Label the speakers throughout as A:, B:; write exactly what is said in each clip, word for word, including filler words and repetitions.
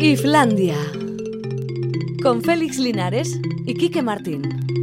A: Iflandia, con Félix Linares y Quique Martín.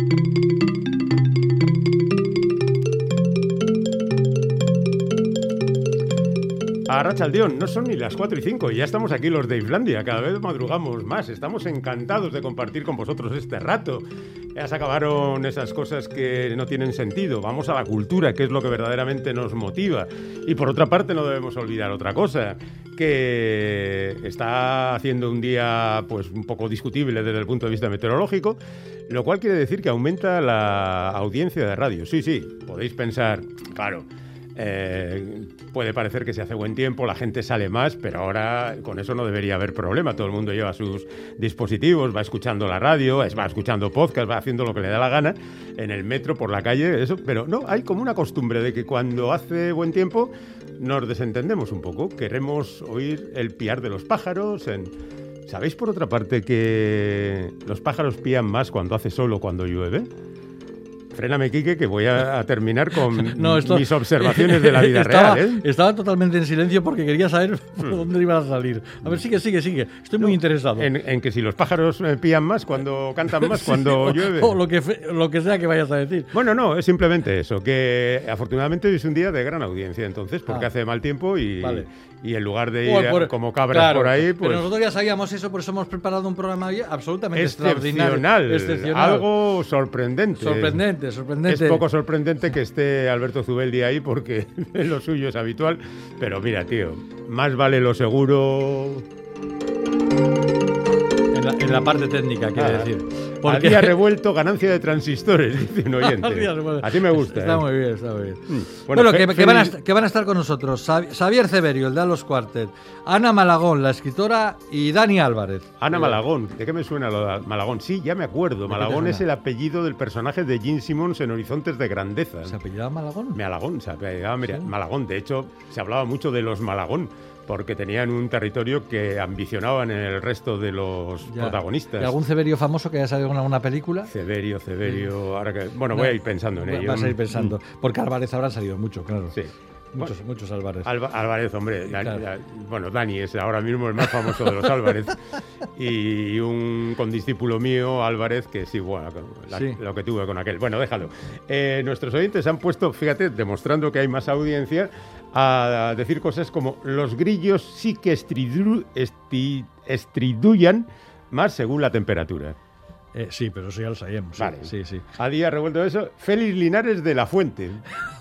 B: Arratsaldeón, no son ni las cuatro y cinco y ya estamos aquí los de Iflandia, cada vez madrugamos más, estamos encantados de compartir con vosotros este rato. Ya se acabaron esas cosas que no tienen sentido, vamos a la cultura, que es lo que verdaderamente nos motiva. Y por otra parte no debemos olvidar otra cosa, que está haciendo un día pues un poco discutible desde el punto de vista meteorológico, lo cual quiere decir que aumenta la audiencia de radio. Sí, sí, podéis pensar, claro, Eh, puede parecer que si hace buen tiempo la gente sale más, pero ahora con eso no debería haber problema. Todo el mundo lleva sus dispositivos, va escuchando la radio, va escuchando podcast, va haciendo lo que le da la gana en el metro, por la calle, eso. Pero no, hay como una costumbre de que cuando hace buen tiempo nos desentendemos un poco. Queremos oír el piar de los pájaros. En... ¿Sabéis por otra parte que los pájaros pían más cuando hace sol o cuando llueve? Fréname, Quique, que voy a, a terminar con no, esto, mis observaciones de la vida
C: estaba,
B: real. ¿eh?
C: Estaba totalmente en silencio porque quería saber por dónde iban a salir. A ver, sigue, sigue, sigue. Estoy muy no, interesado.
B: En, en que si los pájaros pían más cuando cantan más, sí, cuando
C: o,
B: llueve.
C: O lo que, lo que sea que vayas a decir.
B: Bueno, no, es simplemente eso, que afortunadamente es un día de gran audiencia, entonces, porque ah, hace mal tiempo y... Vale. Y en lugar de ir por, por, como cabras claro, por ahí, pues...
C: Pero nosotros ya sabíamos eso, por eso hemos preparado un programa absolutamente
B: excepcional,
C: excepcional.
B: Algo sorprendente.
C: Sorprendente, sorprendente.
B: Es poco sorprendente que esté Alberto Zubeldi ahí porque lo suyo es habitual. Pero mira, tío, más vale lo seguro...
C: En la, en la parte técnica, quiere ah, decir.
B: Porque... A día revuelto, ganancia de transistores, dice un oyente. A ti me gusta.
C: Está
B: ¿eh?
C: muy bien, está muy bien. Mm. Bueno, bueno que, que, van a, que van a estar con nosotros Xavier Severio, el de Los Quartet, Ana Malagón, la escritora, y Dani Álvarez.
B: Ana Malagón, ¿de qué me suena lo de Malagón? Sí, ya me acuerdo. Malagón es el apellido del personaje de Gene Simmons en Horizontes de Grandeza.
C: ¿Se apellidaba Malagón?
B: Malagón, se apellidaba mira, ¿sí? Malagón. De hecho, se hablaba mucho de los Malagón, porque tenían un territorio que ambicionaban en el resto de los ya. protagonistas.
C: ¿Y algún Severio famoso que haya salido en alguna película?
B: Severio, Severio... Ahora que, bueno, no, voy a ir pensando en ello.
C: Vas a ir pensando. Porque Álvarez habrán salido mucho, claro.
B: Sí.
C: Muchos,
B: bueno,
C: muchos Álvarez.
B: Alba, Álvarez, hombre. Sí, claro. ya, ya, bueno, Dani es ahora mismo el más famoso de los Álvarez. Y un condiscípulo mío, Álvarez, que sí, bueno, la, sí. lo que tuve con aquel. Bueno, déjalo. Eh, nuestros oyentes han puesto, fíjate, demostrando que hay más audiencia, a decir cosas como los grillos sí que estridu, esti, estriduyan más según la temperatura.
C: Eh, sí, pero eso ya lo sabíamos.
B: Vale.
C: Sí, sí.
B: A día revuelto eso, Félix Linares de la Fuente.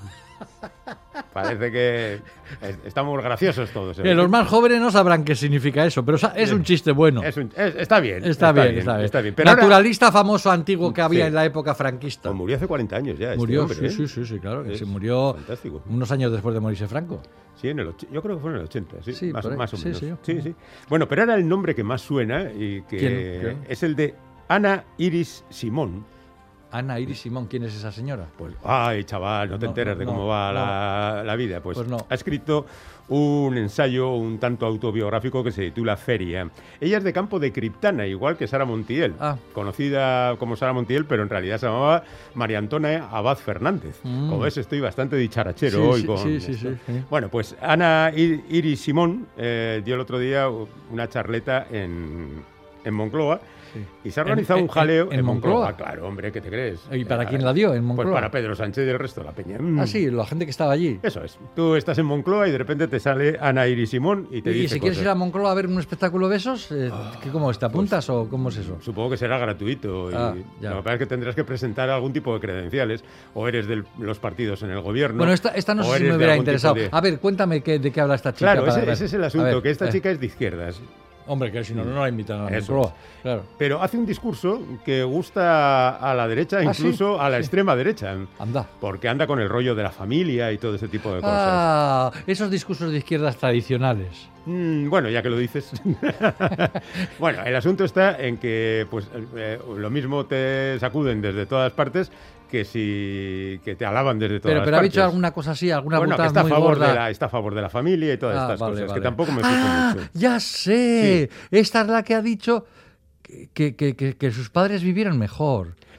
B: Parece que estamos graciosos todos. ¿eh?
C: Eh, los más jóvenes no sabrán qué significa eso, pero es un chiste bueno.
B: Es un, es, está bien.
C: Está, está, bien, bien, está bien. Está bien. Pero naturalista ahora... famoso antiguo que había sí. en la época franquista.
B: Pues murió hace cuarenta años ya.
C: Murió,
B: este hombre,
C: sí,
B: ¿eh?
C: sí, sí, sí, claro. Que se murió
B: fantástico.
C: Unos años después de morirse Franco.
B: Sí, en el, yo creo que fue en el ochenta, sí, sí más, más o
C: sí,
B: menos.
C: Sí,
B: sí, sí. Bueno, pero era el nombre que más suena y que
C: ¿Quién? ¿Quién?
B: es el de Ana Iris Simón.
C: Ana Iris Simón, ¿quién es esa señora?
B: Pues, ay, chaval, no te
C: no,
B: enteras de
C: no,
B: cómo va
C: no.
B: la, la vida. Pues,
C: pues no.
B: Ha escrito un ensayo un tanto autobiográfico que se titula Feria. Ella es de campo de Criptana, igual que Sara Montiel,
C: ah.
B: conocida como Sara Montiel, pero en realidad se llamaba María Antonia Abad Fernández. Mm. Como ves, estoy bastante dicharachero
C: sí,
B: hoy
C: sí,
B: con
C: sí, sí, sí, sí.
B: Bueno, pues Ana Iris Simón eh, dio el otro día una charleta en, en Moncloa. Sí. Y se ha organizado
C: en,
B: un jaleo
C: en, en, en Moncloa.
B: Moncloa. Claro, hombre, ¿qué te crees?
C: ¿Y para eh, quién la dio en Moncloa?
B: Pues para Pedro Sánchez y el resto de la peña. Mm.
C: Ah, sí, la gente que estaba allí.
B: Eso es. Tú estás en Moncloa y de repente te sale Ana Iris Simón y te
C: ¿Y
B: dice
C: si
B: cosas.
C: quieres ir a Moncloa a ver un espectáculo de esos? Eh, oh, ¿Cómo te apuntas pues, o cómo es eso?
B: Supongo que será gratuito. Y
C: ah, ya.
B: Lo que pasa es que tendrás que presentar algún tipo de credenciales o eres de los partidos en el gobierno.
C: Bueno, esta, esta no sé si me hubiera interesado. De... A ver, cuéntame qué, de qué habla esta chica.
B: Claro, ese, ese es el asunto, ver, que esta eh. chica es de izquierdas.
C: Hombre, que si no, no la invitan a la Moncloa. Claro.
B: Pero hace un discurso que gusta a la derecha, ¿Ah, incluso sí? a la sí. extrema derecha.
C: Anda.
B: Porque anda con el rollo de la familia y todo ese tipo de cosas.
C: Ah, esos discursos de izquierdas tradicionales.
B: Mm, bueno, ya que lo dices. Bueno, el asunto está en que pues eh, lo mismo te sacuden desde todas partes que si que te alaban desde todas
C: pero,
B: las
C: pero
B: partes.
C: ¿ha dicho alguna cosa así? ¿Alguna
B: bueno,
C: putada
B: que está
C: muy
B: a favor
C: gorda?
B: de la está a favor de la familia y todas
C: ah,
B: estas
C: vale,
B: cosas,
C: vale.
B: que tampoco me fijo
C: ah,
B: mucho.
C: Ya sé.
B: Sí.
C: Esta es la que ha dicho que, que, que, que sus padres vivieran mejor.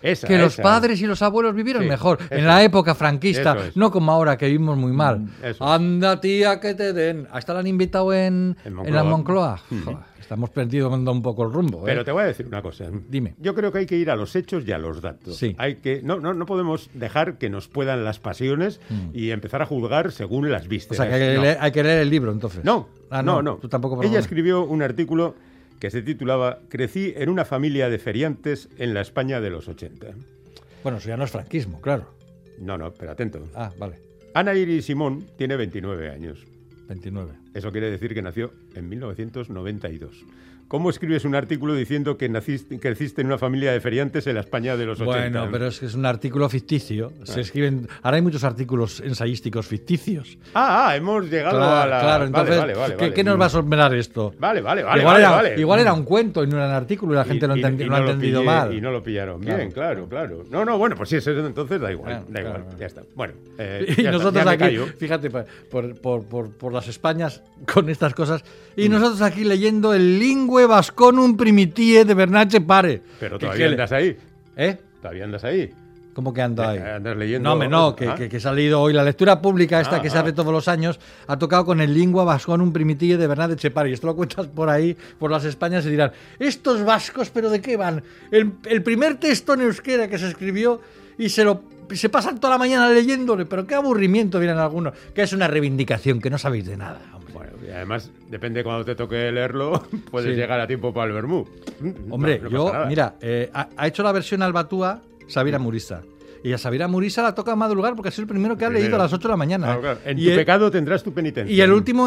B: Esa,
C: que los
B: esa.
C: padres y los abuelos vivieron
B: Sí,
C: mejor.
B: eso
C: En la
B: es.
C: época franquista,
B: Eso es.
C: no como ahora que vivimos muy mal.
B: Eso es.
C: Anda, tía, que te den. ¿Hasta la han invitado en,
B: En
C: en la
B: Moncloa.
C: Moncloa? Joder, estamos perdiendo un poco el rumbo. ¿eh?
B: Pero te voy a decir una cosa.
C: Dime.
B: Yo creo que hay que ir a los hechos y a los datos.
C: Sí.
B: Hay que, no, no, no podemos dejar que nos puedan las pasiones y empezar a juzgar según las
C: O
B: vistas.
C: sea, que hay que,
B: no.
C: leer, hay que leer el libro, entonces.
B: No,
C: Ah,
B: no, no.
C: Tú tampoco, por
B: Ella
C: favor.
B: escribió un artículo que se titulaba Crecí en una familia de feriantes en la España de los ochenta.
C: Bueno, eso ya no es franquismo, claro.
B: No, no, pero atento.
C: Ah, vale.
B: Ana Iris Simón tiene veintinueve años.
C: veintinueve.
B: Eso quiere decir que nació en mil novecientos noventa y dos. ¿Cómo escribes un artículo diciendo que naciste, creciste en una familia de feriantes en la España de los ochenta?
C: Bueno, pero es que es un artículo ficticio. Se escriben. Ahora hay muchos artículos ensayísticos ficticios.
B: Ah, ah, hemos llegado
C: Claro,
B: a la...
C: claro, entonces,
B: vale, vale,
C: ¿qué,
B: vale.
C: qué nos va a sorprender esto?
B: Vale, vale, vale.
C: igual,
B: vale,
C: era,
B: vale.
C: igual era un cuento y no era un artículo y la gente
B: Y-
C: lo,
B: y-
C: entendi-
B: y
C: lo ha
B: no
C: entendido
B: pillé-
C: mal.
B: Y no lo pillaron.
C: Claro.
B: Bien, claro, claro. No, no, bueno, pues sí, eso entonces da igual.
C: Claro,
B: da igual,
C: claro.
B: ya está. Bueno, eh,
C: Y
B: ya está,
C: nosotros
B: ya me
C: aquí,
B: callo.
C: fíjate, por, por, por, por, por las Españas con estas cosas, y nosotros aquí leyendo el Lingue Vasconum Primitie de Bernache Pare.
B: Pero
C: Que-
B: todavía
C: que le-
B: andas ahí.
C: ¿Eh?
B: Todavía andas ahí.
C: ¿Cómo que anda ahí?
B: Eh, andas leyendo-
C: No, hombre, no, que,
B: Ah.
C: que, que ha salido hoy la lectura pública esta
B: Ah,
C: que se
B: ah.
C: hace todos los años, ha tocado con el Lingua Vasconum Primitie de Bernat de Chepare. Y esto lo cuentas por ahí, por las Españas, y dirán, ¿estos vascos, pero de qué van? El, el primer texto en euskera que se escribió y se lo se pasan toda la mañana leyéndole, pero qué aburrimiento, dirán algunos, que es una reivindicación, que no sabéis de nada, hombre.
B: Bueno, y además, depende cuando te toque leerlo, puedes
C: Sí.
B: llegar a tiempo para el vermú.
C: Hombre,
B: No, no
C: yo,
B: pasa nada.
C: mira, eh, ha, ha hecho la versión Albatúa Sabira Murisa. Y a Sabira Murisa la toca madrugar porque ha sido el primero que ha
B: Primero.
C: leído a las ocho de la mañana.
B: Claro, claro. En
C: y,
B: tu
C: el,
B: pecado tendrás tu penitencia.
C: y el último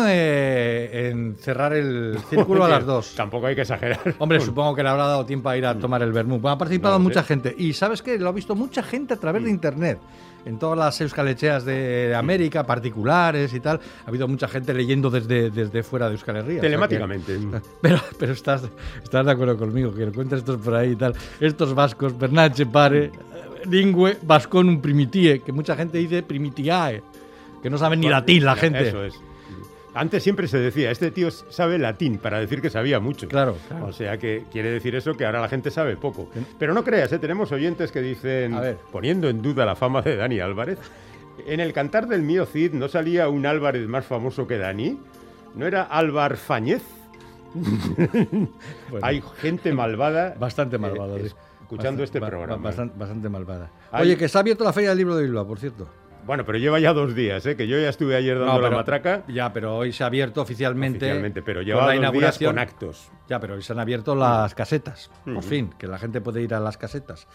C: eh, en cerrar el círculo a
B: Oye,
C: las dos.
B: Tampoco hay que exagerar.
C: Hombre, supongo que le habrá dado tiempo a ir a tomar el vermú. Bueno, ha participado
B: No lo
C: mucha
B: sé.
C: gente. Y ¿sabes qué? Lo ha visto mucha gente a través de internet. En todas las euskalecheas de América, particulares y tal. Ha habido mucha gente leyendo desde, desde fuera de Euskal Herria. O sea que-
B: Telemáticamente.
C: pero, pero estás, estás de acuerdo conmigo, que lo cuentes estos por ahí y tal. Estos vascos, Bernache Pare, Lingue Vasconum Primitie, que mucha gente dice Primitiae, que no saben ni latín la gente.
B: Eso es. Antes siempre se decía, este tío sabe latín, para decir que sabía mucho.
C: Claro, claro.
B: O sea que quiere decir eso que ahora la gente sabe poco. Pero no creas, ¿eh? Tenemos oyentes que dicen,
C: A ver.
B: poniendo en duda la fama de Dani Álvarez, en el cantar del mío Cid no salía un Álvarez más famoso que Dani. ¿No era Álvar Fáñez?
C: Bueno,
B: Hay gente malvada.
C: bastante malvada.
B: eh,
C: sí.
B: escuchando
C: Bastante-
B: este
C: ba-
B: programa.
C: ba- Bastante, bastante malvada.
B: Hay-
C: Oye, que se ha abierto la Feria del Libro de Bilbao, por cierto.
B: Bueno, pero lleva ya dos días, ¿eh? Que yo ya estuve ayer dando
C: No,
B: la
C: pero-
B: matraca.
C: Ya, pero hoy se ha abierto oficialmente.
B: Oficialmente, pero
C: con
B: lleva
C: la
B: dos días
C: inauguración.
B: con actos.
C: Ya, pero hoy se han abierto las casetas, por
B: Ujú.
C: fin, que la gente puede ir a las casetas.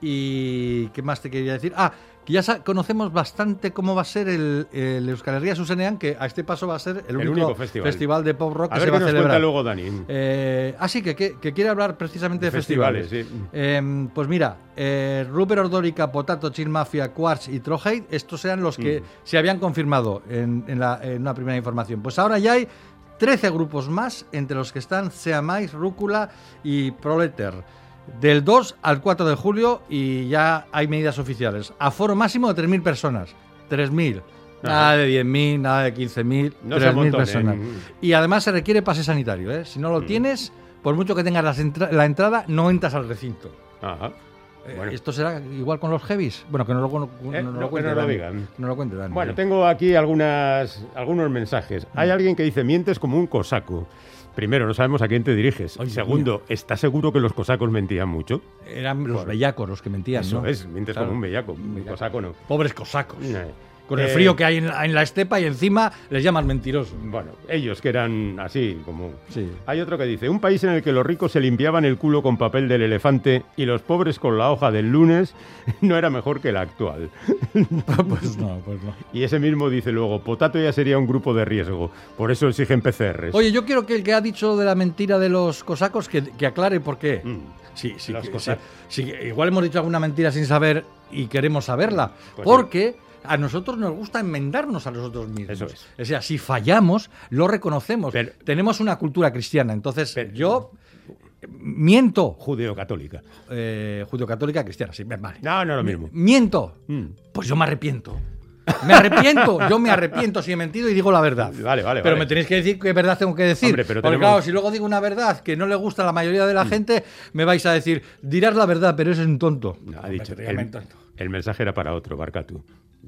C: ¿Y qué más te quería decir? Ah, que ya sa- conocemos bastante cómo va a ser el, el Euskal Herria Zuzenean, que a este paso va a ser el,
B: El
C: único,
B: único festival.
C: de pop rock
B: A
C: que
B: ver
C: se va
B: qué
C: a
B: nos
C: celebrar.
B: cuenta luego Dani.
C: Eh, ah, sí, que, que, que quiere hablar precisamente de festivales.
B: Festivales, sí.
C: Eh, pues mira, eh, Rupert Ordórica, Potato, Chill Mafia, Quartz y Troheit, estos eran los que
B: Mm.
C: se habían confirmado en, en, la, en una primera información. Pues ahora ya hay trece grupos más, entre los que están Seamais, Rúcula y Proleter. Del dos al cuatro de julio y ya hay medidas oficiales. Aforo máximo de tres mil personas. tres mil. Nada
B: Ajá.
C: de diez mil, nada de quince mil,
B: No se
C: tres mil
B: amontonen.
C: personas. Y además se requiere pase sanitario, ¿eh? Si no lo
B: Mm.
C: tienes, por mucho que tengas las entra- la entrada, no entras al recinto.
B: Ajá.
C: Eh,
B: Bueno.
C: ¿Esto será igual con los heavies? Bueno, que no lo, no,
B: Eh,
C: no
B: no,
C: lo
B: que
C: cuente
B: no lo
C: Dani.
B: digan.
C: No lo cuente, Dani.
B: Bueno, tengo aquí algunas, algunos mensajes.
C: Mm.
B: Hay alguien que dice, mientes como un cosaco. Primero, no sabemos a quién te diriges.
C: Ay, Dios
B: Segundo, ¿estás seguro que los cosacos mentían mucho?
C: Eran los bellacos los que mentían,
B: Eso
C: ¿no?
B: es, mientes
C: Claro.
B: como un bellaco. Un
C: bellaco.
B: cosaco no.
C: Pobres cosacos.
B: Eh,
C: Con el
B: eh,
C: frío que hay en la, en la estepa y encima les llaman mentirosos.
B: Bueno, ellos que eran así, como...
C: Sí.
B: Hay otro que dice, un país en el que los ricos se limpiaban el culo con papel del elefante y los pobres con la hoja del lunes no era mejor que la actual.
C: Pues no, pues no.
B: Y ese mismo dice luego, Potato ya sería un grupo de riesgo, por eso exigen P C Rs.
C: Oye, yo quiero que el que ha dicho de la mentira de los cosacos que, que aclare por qué.
B: Mm.
C: Sí, sí,
B: Los
C: que-
B: cosa-
C: sí, sí, igual hemos dicho alguna mentira sin saber y queremos saberla.
B: Pues
C: porque a nosotros nos gusta enmendarnos a nosotros mismos.
B: Eso es.
C: O sea, si fallamos, lo reconocemos.
B: Pero-
C: Tenemos una cultura cristiana. Entonces,
B: Pero-
C: yo eh, miento.
B: Judeo-católica.
C: Eh, judeocatólica cristiana, sí, vale.
B: No, no es lo mismo.
C: Miento.
B: Mm.
C: Pues yo me arrepiento. Me arrepiento, yo me arrepiento si he mentido y digo la verdad.
B: Vale, vale,
C: Pero
B: vale.
C: me tenéis que decir qué verdad tengo que decir.
B: Hombre, pero
C: Porque
B: tenemos-
C: claro, si luego digo una verdad que no le gusta a la mayoría de la gente, me vais a decir, dirás la verdad, pero ese es un tonto.
B: No, ha
C: No,
B: dicho,
C: me llamen
B: el,
C: tonto.
B: el mensaje era para otro, Barcatu.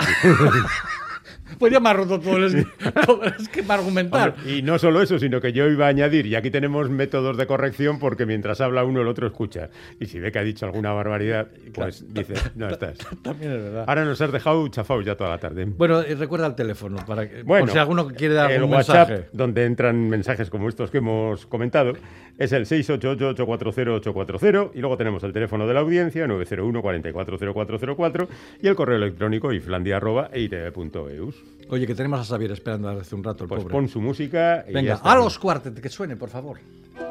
C: Pues ya me ha roto todo el, todo el esquema argumental.
B: Hombre, y no solo eso, sino que yo iba a añadir, y aquí tenemos métodos de corrección porque mientras habla uno el otro escucha. Y si ve que ha dicho alguna barbaridad, pues dice, no estás.
C: También es verdad.
B: Ahora nos has dejado chafados ya toda la tarde.
C: Bueno, y recuerda el teléfono, para que,
B: Bueno,
C: por si alguno quiere dar
B: el
C: algún
B: WhatsApp,
C: mensaje.
B: donde entran mensajes como estos que hemos comentado, es el seis ocho ocho, ocho cuatro cero, ocho cuatro cero, y luego tenemos el teléfono de la audiencia, nueve cero uno, cuatro cuatro cero cuatro cero cuatro, y el correo electrónico iflandia arroba e i t v punto e u.
C: Oye, que tenemos a Xavier esperando hace un rato, el
B: Pues
C: pobre.
B: pon su música y ya
C: Venga,
B: está.
C: a los cuartet, que suene, por favor.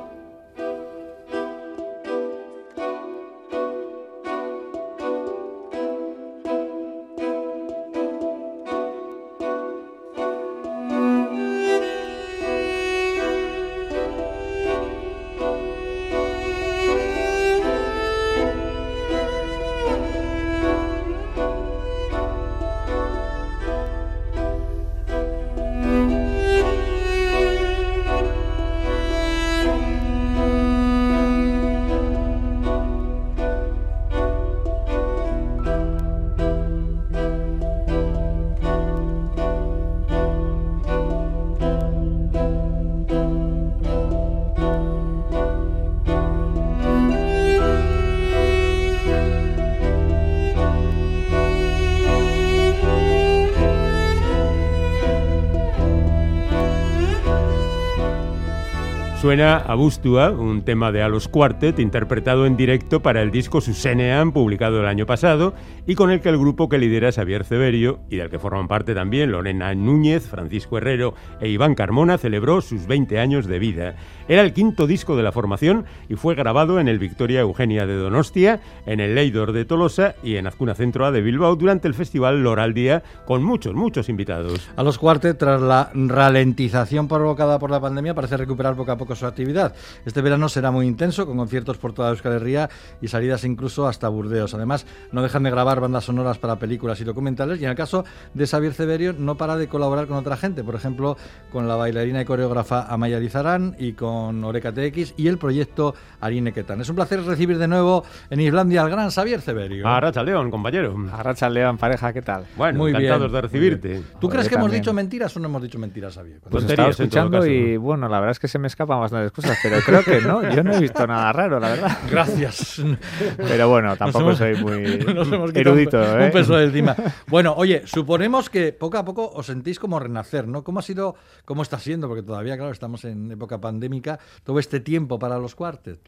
B: Suena Abustua, un tema de Alos Quartet interpretado en directo para el disco Susenean, publicado el año pasado, y con el que el grupo que lidera Xavier Ceberio, y del que forman parte también Lorena Núñez, Francisco Herrero e Iván Carmona, celebró sus veinte años de vida. Era el quinto disco de la formación y fue grabado en el Victoria Eugenia de Donostia, en el Leidor de Tolosa y en Azcuna Centro A de Bilbao durante el festival Loraldia, con muchos, muchos invitados.
C: A los Quartet, tras la ralentización provocada por la pandemia, parece recuperar poco a poco su actividad. Este verano será muy intenso, con conciertos por toda Euskal Herria y salidas incluso hasta Burdeos. Además, no dejan de grabar bandas sonoras para películas y documentales, y en el caso de Xavier Ceberio no para de colaborar con otra gente, por ejemplo, con la bailarina y coreógrafa Amaya Lizarán y con Oreca T X y el proyecto Arine Ketan. Es un placer recibir de nuevo en Islandia al gran Xavier Ceberio.
B: Arracha León, compañero.
D: Arracha León, pareja, ¿qué tal?
B: Bueno,
C: Muy
B: encantados
C: bien,
B: de recibirte.
C: muy bien. ¿Tú
D: Joder,
C: crees que hemos
D: también.
C: dicho mentiras o no hemos dicho mentiras, Xavier?
D: Pues
B: Tonterías
D: estaba
B: en todo
D: escuchando
B: caso.
D: y bueno, la verdad es que se me escapan bastantes cosas, pero creo que no, yo no he visto nada raro, la verdad.
C: Gracias.
D: Pero bueno, tampoco
C: hemos-
D: soy muy
C: Nos hemos quitado
D: erudito,
C: un,
D: ¿eh?
C: un peso de encima. Bueno, oye, suponemos que poco a poco os sentís como renacer, ¿no? ¿Cómo ha sido, cómo está siendo? Porque todavía, claro, estamos en época pandémica, todo este tiempo para los Quartet.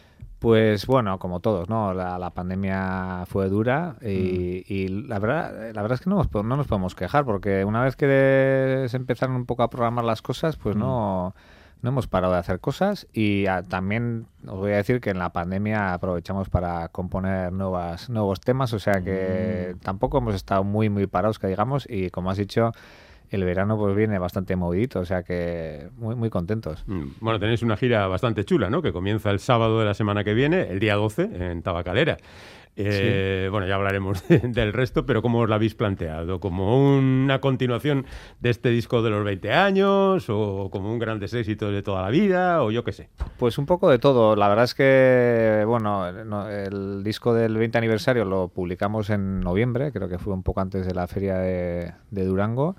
D: Pues bueno, como todos, ¿no? La, la pandemia fue dura y, y la verdad la verdad es que no nos, po- no nos podemos quejar porque una vez que se empezaron un poco a programar las cosas, pues no, no hemos parado de hacer cosas y ah, también os voy a decir que en la pandemia aprovechamos para componer nuevas nuevos temas, o sea que tampoco hemos estado muy, muy parados, que digamos, y como has dicho, el verano pues viene bastante movidito, o sea que muy, muy contentos.
B: Mm, Bueno, tenéis una gira bastante chula, ¿no? Que comienza el sábado de la semana que viene, el día doce, en Tabacalera. Eh, Bueno, ya hablaremos de- del resto, pero ¿cómo os la habéis planteado? ¿Como una continuación de este disco de los veinte años? ¿O como un grandes éxitos de toda la vida? ¿O yo qué sé?
D: Pues un poco de todo. La verdad es que, bueno, no, el disco del veinte aniversario lo publicamos en noviembre, creo que fue un poco antes de la feria de, de Durango.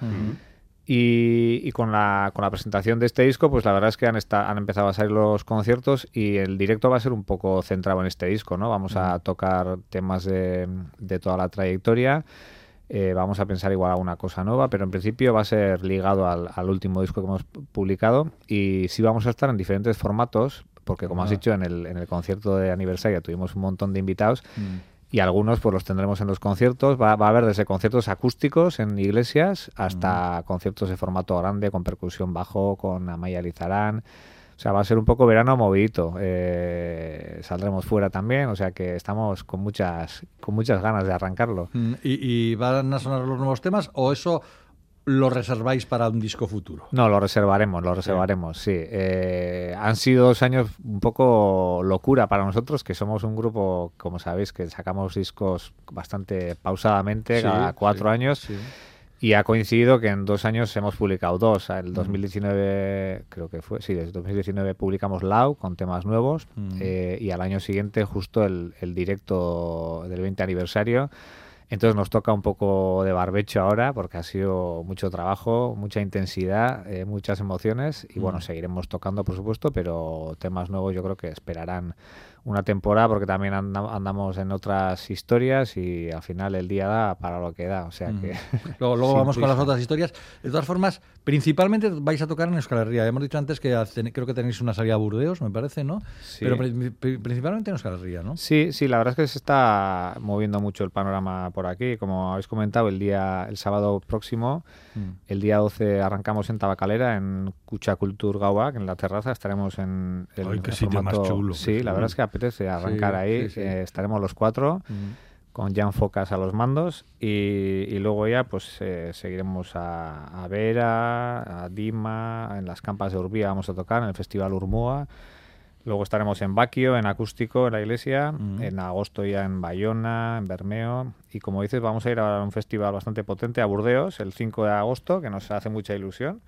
D: Y, y con la con la presentación de este disco, pues la verdad es que han, esta- han empezado a salir los conciertos y el directo va a ser un poco centrado en este disco, ¿no? Vamos a tocar temas de, de toda la trayectoria. Eh, vamos a pensar igual alguna cosa nueva, pero en principio va a ser ligado al, al último disco que hemos publicado y sí vamos a estar en diferentes formatos, porque como has
C: Ah.
D: dicho, en el, en el concierto de aniversario tuvimos un montón de invitados y algunos pues los tendremos en los conciertos. Va, va a haber desde conciertos acústicos en iglesias hasta conciertos de formato grande con percusión bajo, con Amaya Lizarán. O sea, va a ser un poco verano movidito. Eh, saldremos fuera también, o sea que estamos con muchas con muchas ganas de arrancarlo.
C: Mm, ¿Y, y van a sonar los nuevos temas o eso lo reserváis para un disco futuro?
D: No, lo reservaremos, lo reservaremos, sí. Eh, han sido dos años un poco locura para nosotros, que somos un grupo, como sabéis, que sacamos discos bastante pausadamente,
C: Sí,
D: cada cuatro
C: sí,
D: años.
C: sí.
D: Y ha coincidido que en dos años hemos publicado dos. El dos mil diecinueve, creo que fue, sí, desde dos mil diecinueve publicamos Lau con temas nuevos mm. eh, y al año siguiente justo el, el directo del veinte aniversario. Entonces nos toca un poco de barbecho ahora porque ha sido mucho trabajo, mucha intensidad, eh, muchas emociones y bueno, mm. seguiremos tocando por supuesto, pero temas nuevos yo creo que esperarán una temporada porque también andamos en otras historias y al final el día da para lo que da, o sea que...
C: Luego, luego vamos prisa. Con las otras historias. De todas formas, principalmente vais a tocar en Euskal Herria. Hemos dicho antes que creo que tenéis una salida a Burdeos, me parece, ¿no?
D: Sí.
C: Pero principalmente en Euskal Herria, ¿no?
D: Sí, sí, la verdad es que se está moviendo mucho el panorama por aquí. Como habéis comentado, el día el sábado próximo, mm. el día doce arrancamos en Tabacalera, en Kutxa Kultur Gauak, en la terraza. Estaremos en el
C: Ay, qué sitio
D: formato...
C: más chulo.
D: Sí, la verdad es que apetece arrancar sí, ahí. Sí, sí. Eh, estaremos los cuatro. Mm. Con Jan Focas a los mandos y, y luego ya pues eh, seguiremos a, a Vera, a Dima, en las campas de Urbía vamos a tocar, en el Festival Urmua, luego estaremos en Baquio, en acústico, en la iglesia, uh-huh. en agosto ya en Bayona, en Bermeo y como dices vamos a ir a un festival bastante potente a Burdeos el cinco de agosto, que nos hace mucha ilusión.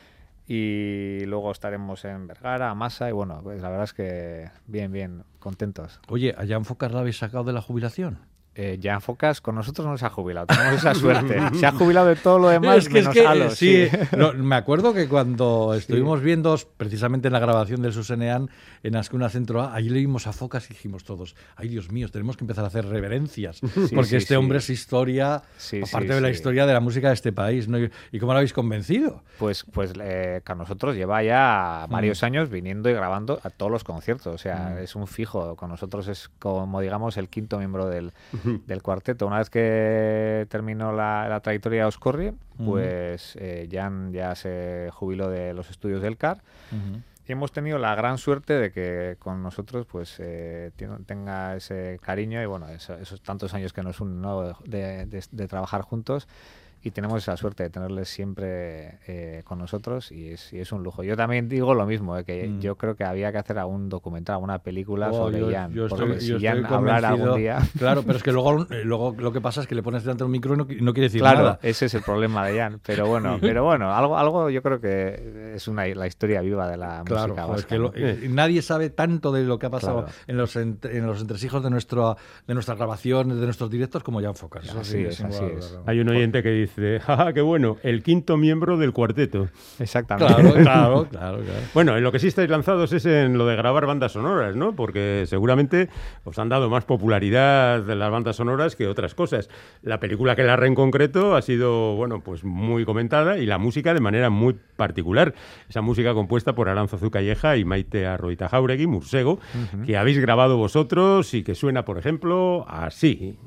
D: Y luego estaremos en Vergara, Amasa y bueno, pues la verdad es que bien, bien, contentos.
C: Oye, ¿a Jan Focas la habéis sacado de la jubilación?
D: Eh, Jan Focas con nosotros no se ha jubilado, tenemos esa suerte. Se ha jubilado de todo lo demás, es que, menos es que, Halo.
C: Sí, sí. No, me acuerdo que cuando estuvimos sí. viendo, precisamente en la grabación del Susenean, en Azkuna Centro A, ahí leímos a Focas y dijimos todos, ay Dios mío, tenemos que empezar a hacer reverencias, sí, porque sí, este sí. hombre es historia, sí, aparte sí, de la sí. historia de la música de este país, ¿no? ¿Y cómo lo habéis convencido?
D: Pues, pues eh, con nosotros lleva ya varios mm. años viniendo y grabando a todos los conciertos, o sea, mm. es un fijo, con nosotros es como digamos el quinto miembro del del cuarteto. Una vez que terminó la, la trayectoria de Oscorri, uh-huh. pues eh, Jan ya se jubiló de los estudios del C A R uh-huh. y hemos tenido la gran suerte de que con nosotros pues eh, tenga ese cariño y bueno, eso, esos tantos años que nos unen, ¿no? de, de, de trabajar juntos. Y tenemos esa suerte de tenerles siempre eh, con nosotros y es, y es un lujo. Yo también digo lo mismo, eh, que mm. yo creo que había que hacer algún documental, alguna película oh, sobre yo, Jan.
C: Yo
D: porque
C: estoy,
D: si
C: yo
D: Jan
C: estoy
D: hablara algún día...
C: Claro, pero es que luego, luego lo que pasa es que le pones delante de un micro y no, no quiere decir
D: claro,
C: nada.
D: Claro, ese es el problema de Jan. Pero bueno, pero bueno algo, algo yo creo que es una, la historia viva de la
C: claro,
D: música
C: vasca.
D: Es
C: que lo, eh, nadie sabe tanto de lo que ha pasado claro. en, los entre, en los entresijos de, nuestro, de nuestras grabaciones, de nuestros directos, como Jan Focas.
D: Eso así sí, es, así es. Claro.
B: Hay un oyente que dice, jaja, qué bueno, el quinto miembro del cuarteto.
D: Exactamente.
C: Claro, claro, claro, claro.
B: Bueno, en lo que sí estáis lanzados es en lo de grabar bandas sonoras, ¿no? Porque seguramente os han dado más popularidad de las bandas sonoras que otras cosas. La película que larra en concreto ha sido, bueno, pues muy comentada y la música de manera muy particular. Esa música compuesta por Arantzazu Calleja y Maite Arroita Jauregui, Mursego, uh-huh. que habéis grabado vosotros y que suena, por ejemplo, así.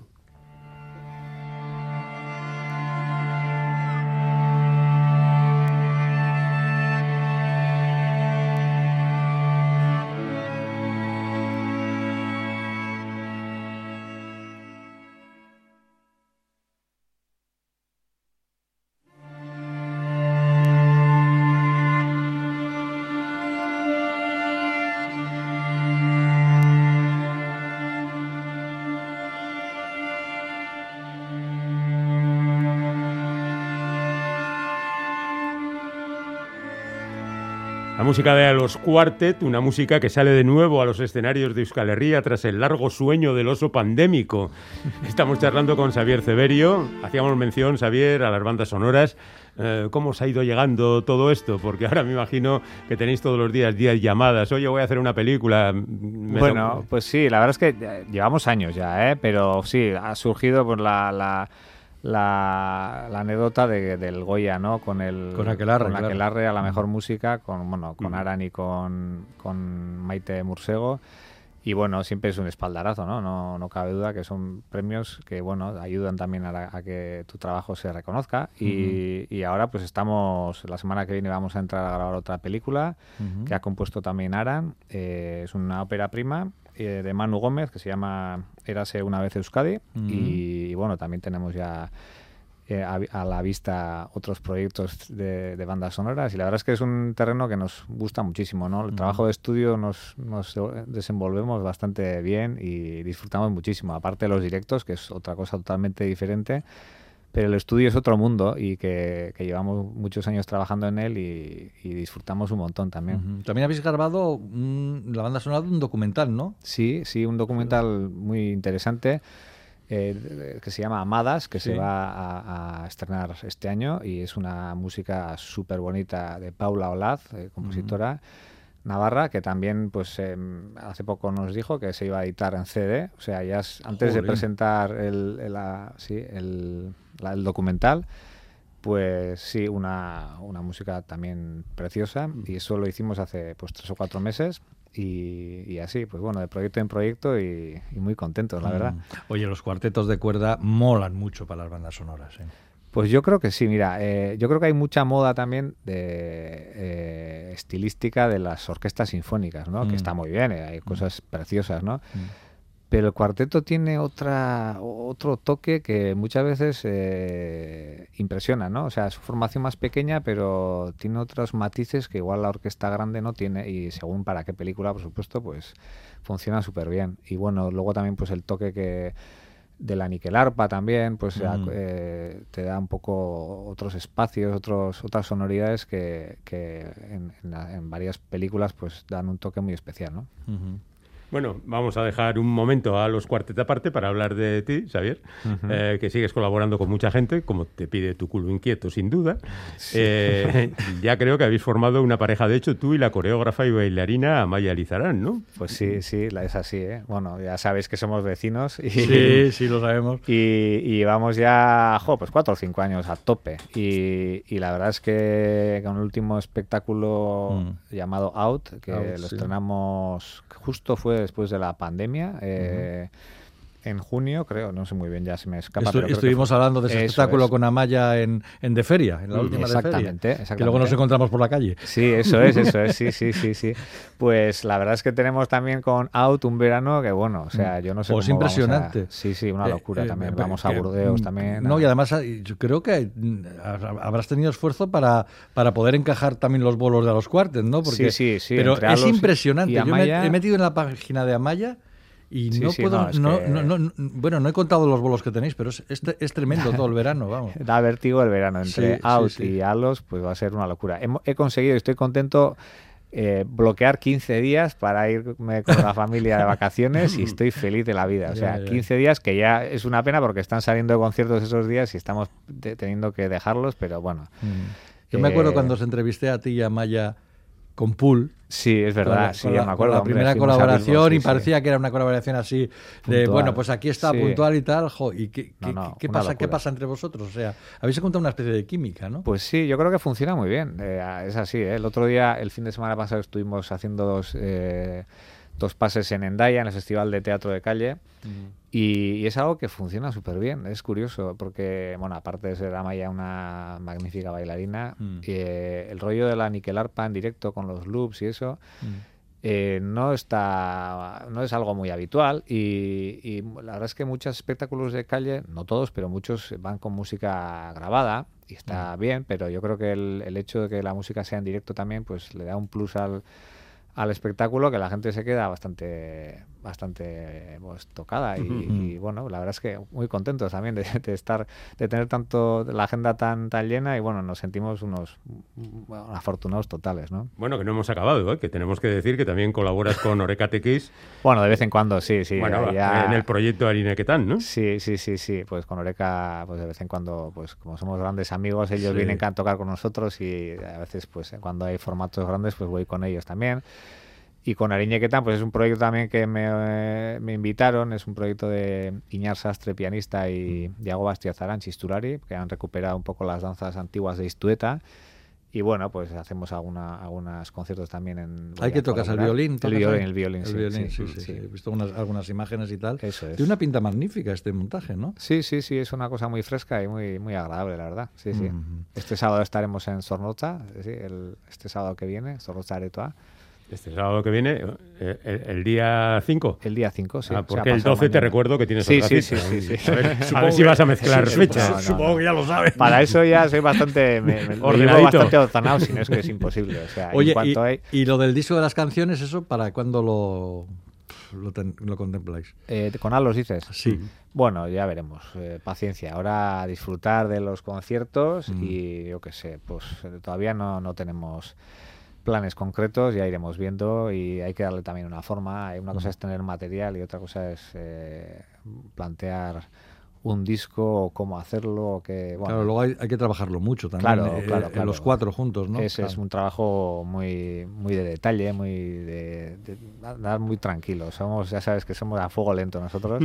B: La música de A Los Quartet, una música que sale de nuevo a los escenarios de Euskal Herria tras el largo sueño del oso pandémico. Estamos charlando con Xavier Ceberio. Hacíamos mención, Xavier, a las bandas sonoras. Eh, ¿Cómo os ha ido llegando todo esto? Porque ahora me imagino que tenéis todos los días diez llamadas. Oye, voy a hacer una película. Me
D: bueno,
B: so...
D: pues sí, la verdad es que llevamos años ya, ¿eh? Pero sí, ha surgido por la... la... La, la anécdota de, del Goya, ¿no? Con el
C: con Aquelarre,
D: con
C: claro.
D: Aquelarre a la mejor música, con bueno, con Aran y con, con Maite Mursego. Y bueno, siempre es un espaldarazo, ¿no? No, no cabe duda que son premios que bueno, ayudan también a, la, a que tu trabajo se reconozca. Y, uh-huh. y ahora pues estamos, la semana que viene vamos a entrar a grabar otra película uh-huh. que ha compuesto también Aran. Eh, es una ópera prima eh, de Manu Gómez que se llama Érase una vez Euskadi. Uh-huh. y, y bueno, también tenemos ya eh, a, a la vista otros proyectos de, de bandas sonoras y la verdad es que es un terreno que nos gusta muchísimo, ¿no? El uh-huh. trabajo de estudio nos, nos desenvolvemos bastante bien y disfrutamos muchísimo, aparte de los directos, que es otra cosa totalmente diferente, pero el estudio es otro mundo y que, que llevamos muchos años trabajando en él y, y disfrutamos un montón también.
C: Uh-huh. También habéis grabado un, la banda sonora de un documental, ¿no?
D: Sí, sí, un documental muy interesante eh, que se llama Amadas, que sí. se va a, a estrenar este año y es una música súper bonita de Paula Olaz, eh, compositora uh-huh. navarra, que también pues eh, hace poco nos dijo que se iba a editar en C D, o sea, ya es, antes Joder. de presentar el, el, la, sí, el, la, el documental, pues sí, una, una música también preciosa, y eso lo hicimos hace pues tres o cuatro meses. Y, y así, pues bueno, de proyecto en proyecto y, y muy contentos, la verdad.
C: Oye, los cuartetos de cuerda molan mucho para las bandas sonoras, ¿eh?
D: Pues yo creo que sí, mira, eh, yo creo que hay mucha moda también de eh, estilística de las orquestas sinfónicas, ¿no? Mm. Que está muy bien, eh, hay cosas mm. preciosas, ¿no? Mm. Pero el cuarteto tiene otra otro toque que muchas veces eh, impresiona, ¿no? O sea, es su formación más pequeña, pero tiene otros matices que igual la orquesta grande no tiene, y según para qué película, por supuesto, pues funciona súper bien. Y bueno, luego también pues el toque que de la niquelarpa también, pues mm. eh, te da un poco otros espacios, otros otras sonoridades que, que en, en, en varias películas pues dan un toque muy especial, ¿no?
C: Uh-huh.
B: Bueno, vamos a dejar un momento a los cuartetos aparte para hablar de ti, Xavier, uh-huh. eh, que sigues colaborando con mucha gente, como te pide tu culo inquieto, sin duda. Sí. Eh, ya creo que habéis formado una pareja, de hecho, tú y la coreógrafa y bailarina Amaya Lizarán, ¿no?
D: Pues sí, sí, es así, ¿eh? Bueno, ya sabéis que somos vecinos. Y,
C: sí, sí, lo sabemos.
D: Y, y llevamos ya, jo, pues cuatro o cinco años a tope. Y, y la verdad es que con el último espectáculo mm. llamado Out, que Out, lo sí. estrenamos, justo fue después de la pandemia, eh, uh-huh. en junio, creo, no sé muy bien, ya se me escapa.
C: Estu- pero estuvimos fue... hablando de ese eso espectáculo es. con Amaya en, en De Feria, en la última
D: exactamente,
C: de Feria,
D: exactamente.
C: que luego nos encontramos por la calle.
D: Sí, eso es, eso es, sí, sí, sí, sí. Pues la verdad es que tenemos también con Out un verano que, bueno, o sea, yo no sé
C: pues
D: cómo
C: impresionante.
D: Vamos a... Sí, sí, una locura eh, eh, también. Eh, vamos a
C: que,
D: Burdeos también.
C: No,
D: a...
C: y además yo creo que habrás tenido esfuerzo para, para poder encajar también los bolos de los cuartos, ¿no? Porque,
D: sí, sí, sí.
C: Pero es impresionante. Yo
D: Amaya...
C: me he metido en la página de Amaya y
D: sí,
C: no
D: sí,
C: puedo,
D: no,
C: no,
D: que...
C: no, no, bueno, no he contado los bolos que tenéis, pero es, es, es tremendo todo el verano, vamos.
D: Da vértigo el verano, entre
C: sí,
D: Out
C: sí, sí.
D: y Alos, pues va a ser una locura. He, he conseguido, estoy contento, eh, bloquear quince días para irme con la familia de vacaciones y estoy feliz de la vida. O sea, ya, ya. quince días que ya es una pena porque están saliendo de conciertos esos días y estamos de, teniendo que dejarlos, pero bueno.
C: Mm. Yo eh... me acuerdo cuando os entrevisté a ti y a Maya con Pool.
D: Sí, es verdad,
C: la,
D: sí,
C: la,
D: me acuerdo.
C: La
D: hombre,
C: primera colaboración
D: Bilbo, sí,
C: y parecía sí. que era una colaboración así de, puntual. Bueno, pues aquí está, sí. puntual y tal, jo, ¿y qué, no, no, qué, pasa, qué pasa entre vosotros? O sea, habéis encontrado una especie de química, ¿no?
D: Pues sí, yo creo que funciona muy bien, eh, es así, ¿eh? El otro día, el fin de semana pasado, estuvimos haciendo dos, eh, dos pases en Hendaya, en el Festival de Teatro de Calle, mm. y, y es algo que funciona súper bien, es curioso, porque, bueno, aparte de ser Amaya una magnífica bailarina, mm. eh, el rollo de la niquelarpa en directo con los loops y eso... Mm. Eh, no está no es algo muy habitual y, y la verdad es que muchos espectáculos de calle, no todos, pero muchos van con música grabada y está mm. bien, pero yo creo que el, el hecho de que la música sea en directo también pues le da un plus al, al espectáculo, que la gente se queda bastante bastante pues, tocada y, uh-huh. y bueno, la verdad es que muy contentos también de, de estar de tener tanto la agenda tan tan llena y bueno, nos sentimos unos bueno, afortunados totales, ¿no?
B: Bueno, que no hemos acabado, ¿eh? Que tenemos que decir que también colaboras con Oreca Tequis.
D: Bueno, de vez en cuando, sí, sí.
B: Bueno,
D: ya...
B: en el proyecto Arinequetán, ¿no?
D: Sí, sí, sí, sí, pues con Oreca, pues de vez en cuando, pues como somos grandes amigos, ellos
B: sí.
D: vienen a tocar con nosotros y a veces, pues cuando hay formatos grandes, pues voy con ellos también. Y con Arinequetán, pues es un proyecto también que me, me invitaron, es un proyecto de Iñar Sastre, pianista, y Diago Bastiazarán, chisturari, que han recuperado un poco las danzas antiguas de Istueta. Y bueno, pues hacemos alguna, algunos conciertos también en...
C: ¿Hay que tocas el violín?
D: El violín, el violín,
C: el
D: sí,
C: violín,
D: sí,
C: sí, sí,
D: sí.
C: He visto unas, algunas imágenes y tal.
D: Eso es.
C: Tiene una pinta magnífica este montaje, ¿no?
D: Sí, sí, sí, es una cosa muy fresca y muy muy agradable, la verdad. Sí, sí.
C: Uh-huh.
D: Este sábado estaremos en Zornotza, sí, el, este sábado que viene, Zornotza Aretoa.
B: Este sábado que viene, el, el día cinco.
D: El día cinco, sí.
B: Ah, porque el doce mañana. Te recuerdo que tienes
D: sí,
B: otra
D: sí,
B: cita.
D: Sí, sí, sí.
B: A ver, a ver si vas a mezclar
D: sí,
B: fechas.
D: No, no,
C: Supongo
D: no.
C: que ya lo sabes.
D: Para eso ya soy bastante... Me, me, me llevo bastante ordenado, si no es que es imposible. O sea,
C: Oye,
D: en cuanto
C: y,
D: hay...
C: y lo del disco de las canciones, ¿eso para cuándo lo...? lo, ten, lo contempláis?
D: Eh, ¿Con Alos dices?
C: Sí.
D: Bueno, ya veremos. Eh, paciencia. Ahora disfrutar de los conciertos
C: Mm.
D: y yo qué sé, pues eh, todavía no, no tenemos planes concretos, ya iremos viendo y hay que darle también una forma. Una cosa es tener material y otra cosa es eh, plantear un disco o cómo hacerlo o que, bueno,
C: Claro, luego hay, hay que trabajarlo mucho también,
D: Claro,
C: eh,
D: claro,
C: eh,
D: claro.
C: los cuatro juntos, ¿no?
D: Es,
C: Claro.
D: es un trabajo muy muy de detalle, muy de, de andar muy tranquilos. Somos, ya sabes que somos a fuego lento nosotros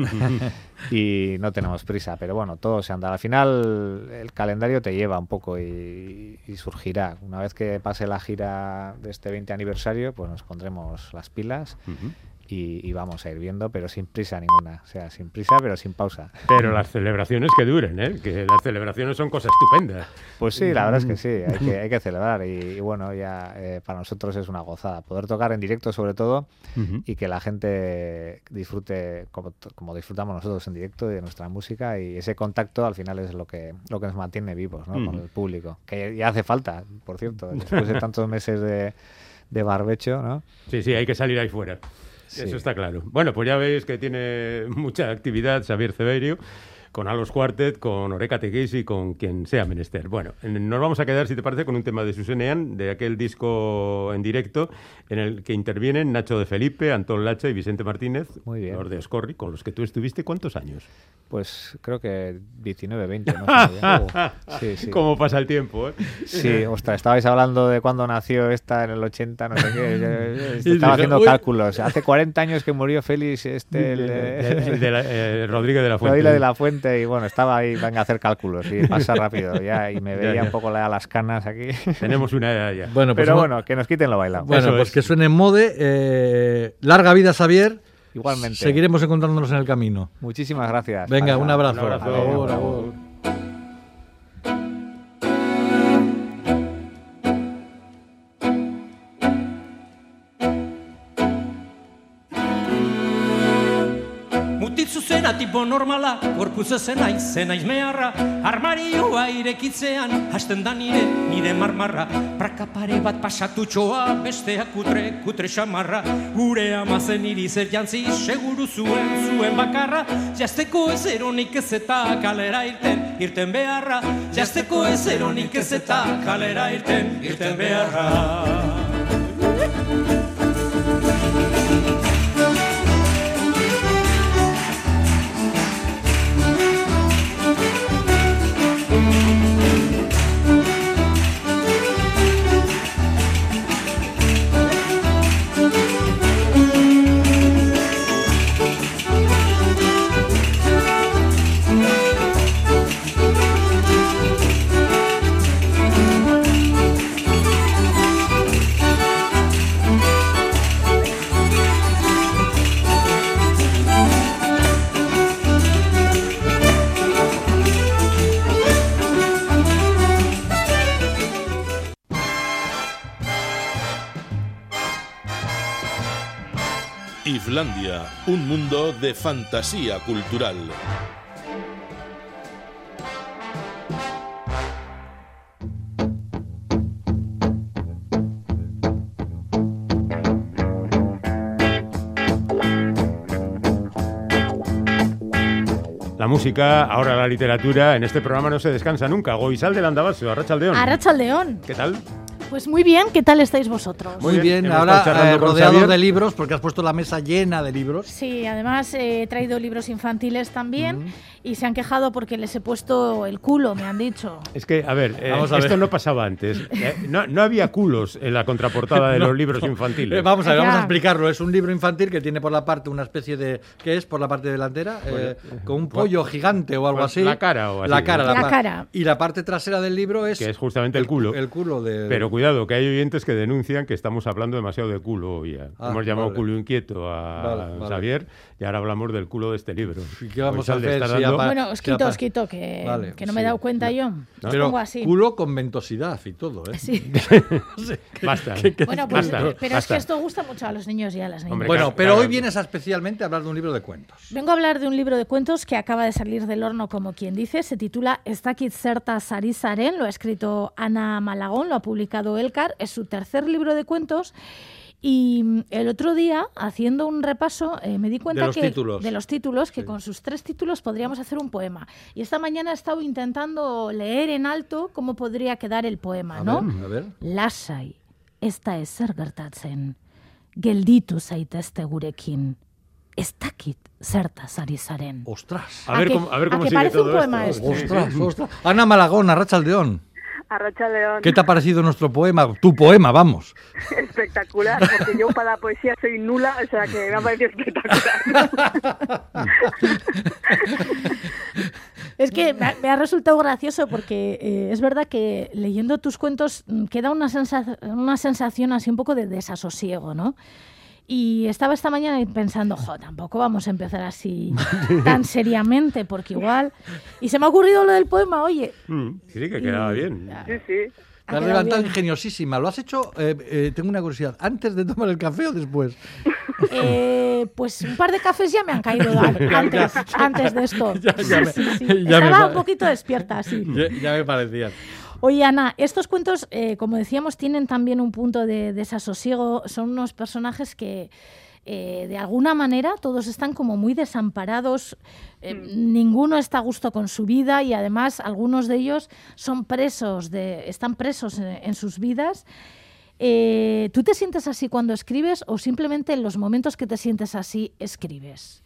D: y no tenemos prisa, pero bueno, todo se anda. Al final el calendario te lleva un poco y, y surgirá. Una vez que pase la gira de este veinte aniversario, pues nos pondremos las pilas.
B: Uh-huh.
D: Y, y vamos a ir viendo, pero sin prisa ninguna. O sea, sin prisa, pero sin pausa.
B: Pero las celebraciones que duren, ¿eh? Que las celebraciones son cosas estupendas.
D: Pues sí, la verdad es que sí, hay que, hay que celebrar. Y, y bueno, ya eh, para nosotros es una gozada. Poder tocar en directo, sobre todo,
B: Uh-huh.
D: y que la gente disfrute como, como disfrutamos nosotros en directo de nuestra música. Y ese contacto al final es lo que, lo que nos mantiene vivos, ¿no?
B: Uh-huh.
D: Con el público. Que ya hace falta, por cierto, después de tantos meses de, de barbecho, ¿no?
B: Sí, sí, hay que salir ahí fuera.
D: Sí.
B: Eso está claro. Bueno, pues ya veis que tiene mucha actividad Xavier Ceberio, con Alos Quartet, con Oreca Teguís y con quien sea menester. Bueno, nos vamos a quedar, si te parece, con un tema de Susenean, de aquel disco en directo, en el que intervienen Nacho de Felipe, Antón Lacha y Vicente Martínez,
D: Muy bien.
B: los de Escorri, con los que tú estuviste, ¿cuántos años?
D: Pues creo que diecinueve, veinte, no sé muy bien. Sí, sí.
B: ¿Cómo pasa el tiempo, eh?
D: Sí, ostras, estabais hablando de cuándo nació esta en el ochenta, no sé qué. Yo- yo- yo
C: Y
D: estaba
C: dije,
D: haciendo
C: uy.
D: cálculos. Hace cuarenta años que murió Félix, este, el,
B: De-
D: eh,
B: de la- eh, Rodríguez de la Fuente.
D: Rodríguez de la Fuente, y bueno, estaba ahí, venga a hacer cálculos y pasa rápido ya, y me
B: Ya,
D: veía
B: ya.
D: un poco la, las canas aquí.
B: Tenemos una edad ya.
C: Bueno, pues
D: Pero
C: hemos-
D: bueno, que nos quiten lo bailado.
C: bueno,
B: Eso
C: pues
B: es.
C: que suene en mode. eh, larga vida, Xavier.
D: Igualmente.
C: Seguiremos encontrándonos en el camino.
D: Muchísimas gracias.
C: Venga,
D: Paisa.
C: un abrazo.
B: Un abrazo.
C: Agur, agur.
E: Mutil zuzena tipo normala, gorputz zena izena izmeharra, armarioa irekitzean, hasten da nire, nire marmarra, praka pare bat pasatutxoa, besteak kutre, kutre xamarra, gure amazen iri zer jantzi, seguru zuen, zuen bakarra, jazteko ez eronik ez eta kalera irten, irten beharra, jazteko ez eronik ez eta kalera irten, irten beharra.
F: Islandia, un mundo de fantasía cultural.
B: La música, ahora la literatura, en este programa no se descansa nunca. Goizalde Landabasio, Arratsaldeon.
G: Arratsaldeon.
B: ¿Qué tal?
G: Pues muy bien, ¿qué tal estáis vosotros?
B: Muy
C: Muy
B: bien,
C: bien,
B: hemos
C: ahora
B: estado charlando
C: eh,
B: con
C: rodeado
B: Xavier.
C: de libros, porque has puesto la mesa llena de libros.
G: Sí, además eh, he traído libros infantiles también y se han quejado porque les he puesto el culo, me han dicho.
B: Es que, a ver, eh,
C: Vamos a
B: esto
C: ver.
B: no pasaba antes. Eh, no, no había culos en la contraportada de
C: No,
B: los libros
C: no.
B: infantiles.
C: Eh, vamos a ver,
G: Ya.
C: vamos a explicarlo. Es un libro infantil que tiene por la parte una especie de... ¿Qué es? Por la parte delantera. eh, con un pollo gigante o algo
B: pues
C: así.
B: la cara o así.
C: La cara.
G: La
C: pa-
G: cara.
C: Y la parte trasera del libro es...
B: Que es justamente el culo.
C: El culo de...
B: Pero cuidado, que hay oyentes que denuncian que estamos hablando demasiado de culo hoy ya.
C: Ah,
B: Hemos llamado
C: vale.
B: culo inquieto a
C: Vale, vale.
B: Xavier y ahora hablamos del culo de este libro.
C: ¿Y qué vamos a
B: Goizalde,
C: hacer
B: estás
C: si
B: dando-
C: apa-
G: Bueno, os
C: ¿qué
G: quito,
C: apa-
G: os quito, que,
C: Vale,
G: que no me he
C: sí.
G: dado cuenta yo. Os
C: Pero
G: pongo así.
C: culo con ventosidad y todo, ¿eh?
G: Sí.
B: Basta.
G: Bueno, pues,
B: Basta,
G: eh, pero es
B: basta.
G: que esto gusta mucho a los niños y a las niñas.
B: Hombre,
C: Bueno,
B: Claro,
C: pero
B: claro.
C: hoy vienes a especialmente a hablar de un libro de cuentos.
G: Vengo a hablar de un libro de cuentos que acaba de salir del horno, como quien dice. Se titula Ez dakit zertaz ari zaren. Lo ha escrito Ana Malagón, lo ha publicado Elkar. Es su tercer libro de cuentos. Y el otro día, haciendo un repaso, eh, me di cuenta
C: de los
G: que
C: títulos.
G: de los títulos, que
C: Sí.
G: con sus tres títulos podríamos hacer un poema. Y esta mañana he estado intentando leer en alto cómo podría quedar el poema,
C: A
G: ¿no?
C: ver, a ver.
G: Lasai, ez da ezer gertatzen, gelditu zaitezte gurekin, ez dakit zertaz ari zaren.
C: Ostras.
B: A ver
G: que-
B: cómo, a ver
G: a
B: cómo
G: que
B: sigue
G: parece
B: todo
G: un poema
B: esto.
G: esto.
C: Ostras, ostras. Ana Malagón, Arratsaldeon.
H: Arratsaldeon.
C: ¿Qué te ha parecido nuestro poema? Tu poema, vamos.
H: Espectacular, porque yo para la poesía soy nula, o sea que me ha parecido espectacular.
G: Es que me ha, me ha resultado gracioso porque eh, es verdad que leyendo tus cuentos mm, queda una, sensa- una sensación así un poco de desasosiego, ¿no? Y estaba esta mañana pensando, jo, tampoco vamos a empezar así tan seriamente, porque igual... Y se me ha ocurrido lo del poema, oye.
B: Mm, sí, sí, que quedaba bien.
H: Sí, sí.
G: Ha
C: Te has
G: quedado
C: levantado
G: bien.
C: ingeniosísima. ¿Lo has hecho, eh, eh, tengo una curiosidad, antes de tomar el café o después?
G: Eh, pues un par de cafés ya me han caído da- antes, antes de esto.
C: Ya- ya me-
G: Sí, sí.
C: ya me
G: Estaba
C: pa-
G: un poquito despierta, sí.
C: Ya, ya me parecía.
G: Oye, Ana, estos cuentos, eh, como decíamos, tienen también un punto de desasosiego. Son unos personajes que, eh, de alguna manera, todos están como muy desamparados. Eh, ninguno está a gusto con su vida y, además, algunos de ellos son presos, de, están presos en, en sus vidas. Eh, ¿Tú te sientes así cuando escribes o simplemente en los momentos que te sientes así escribes?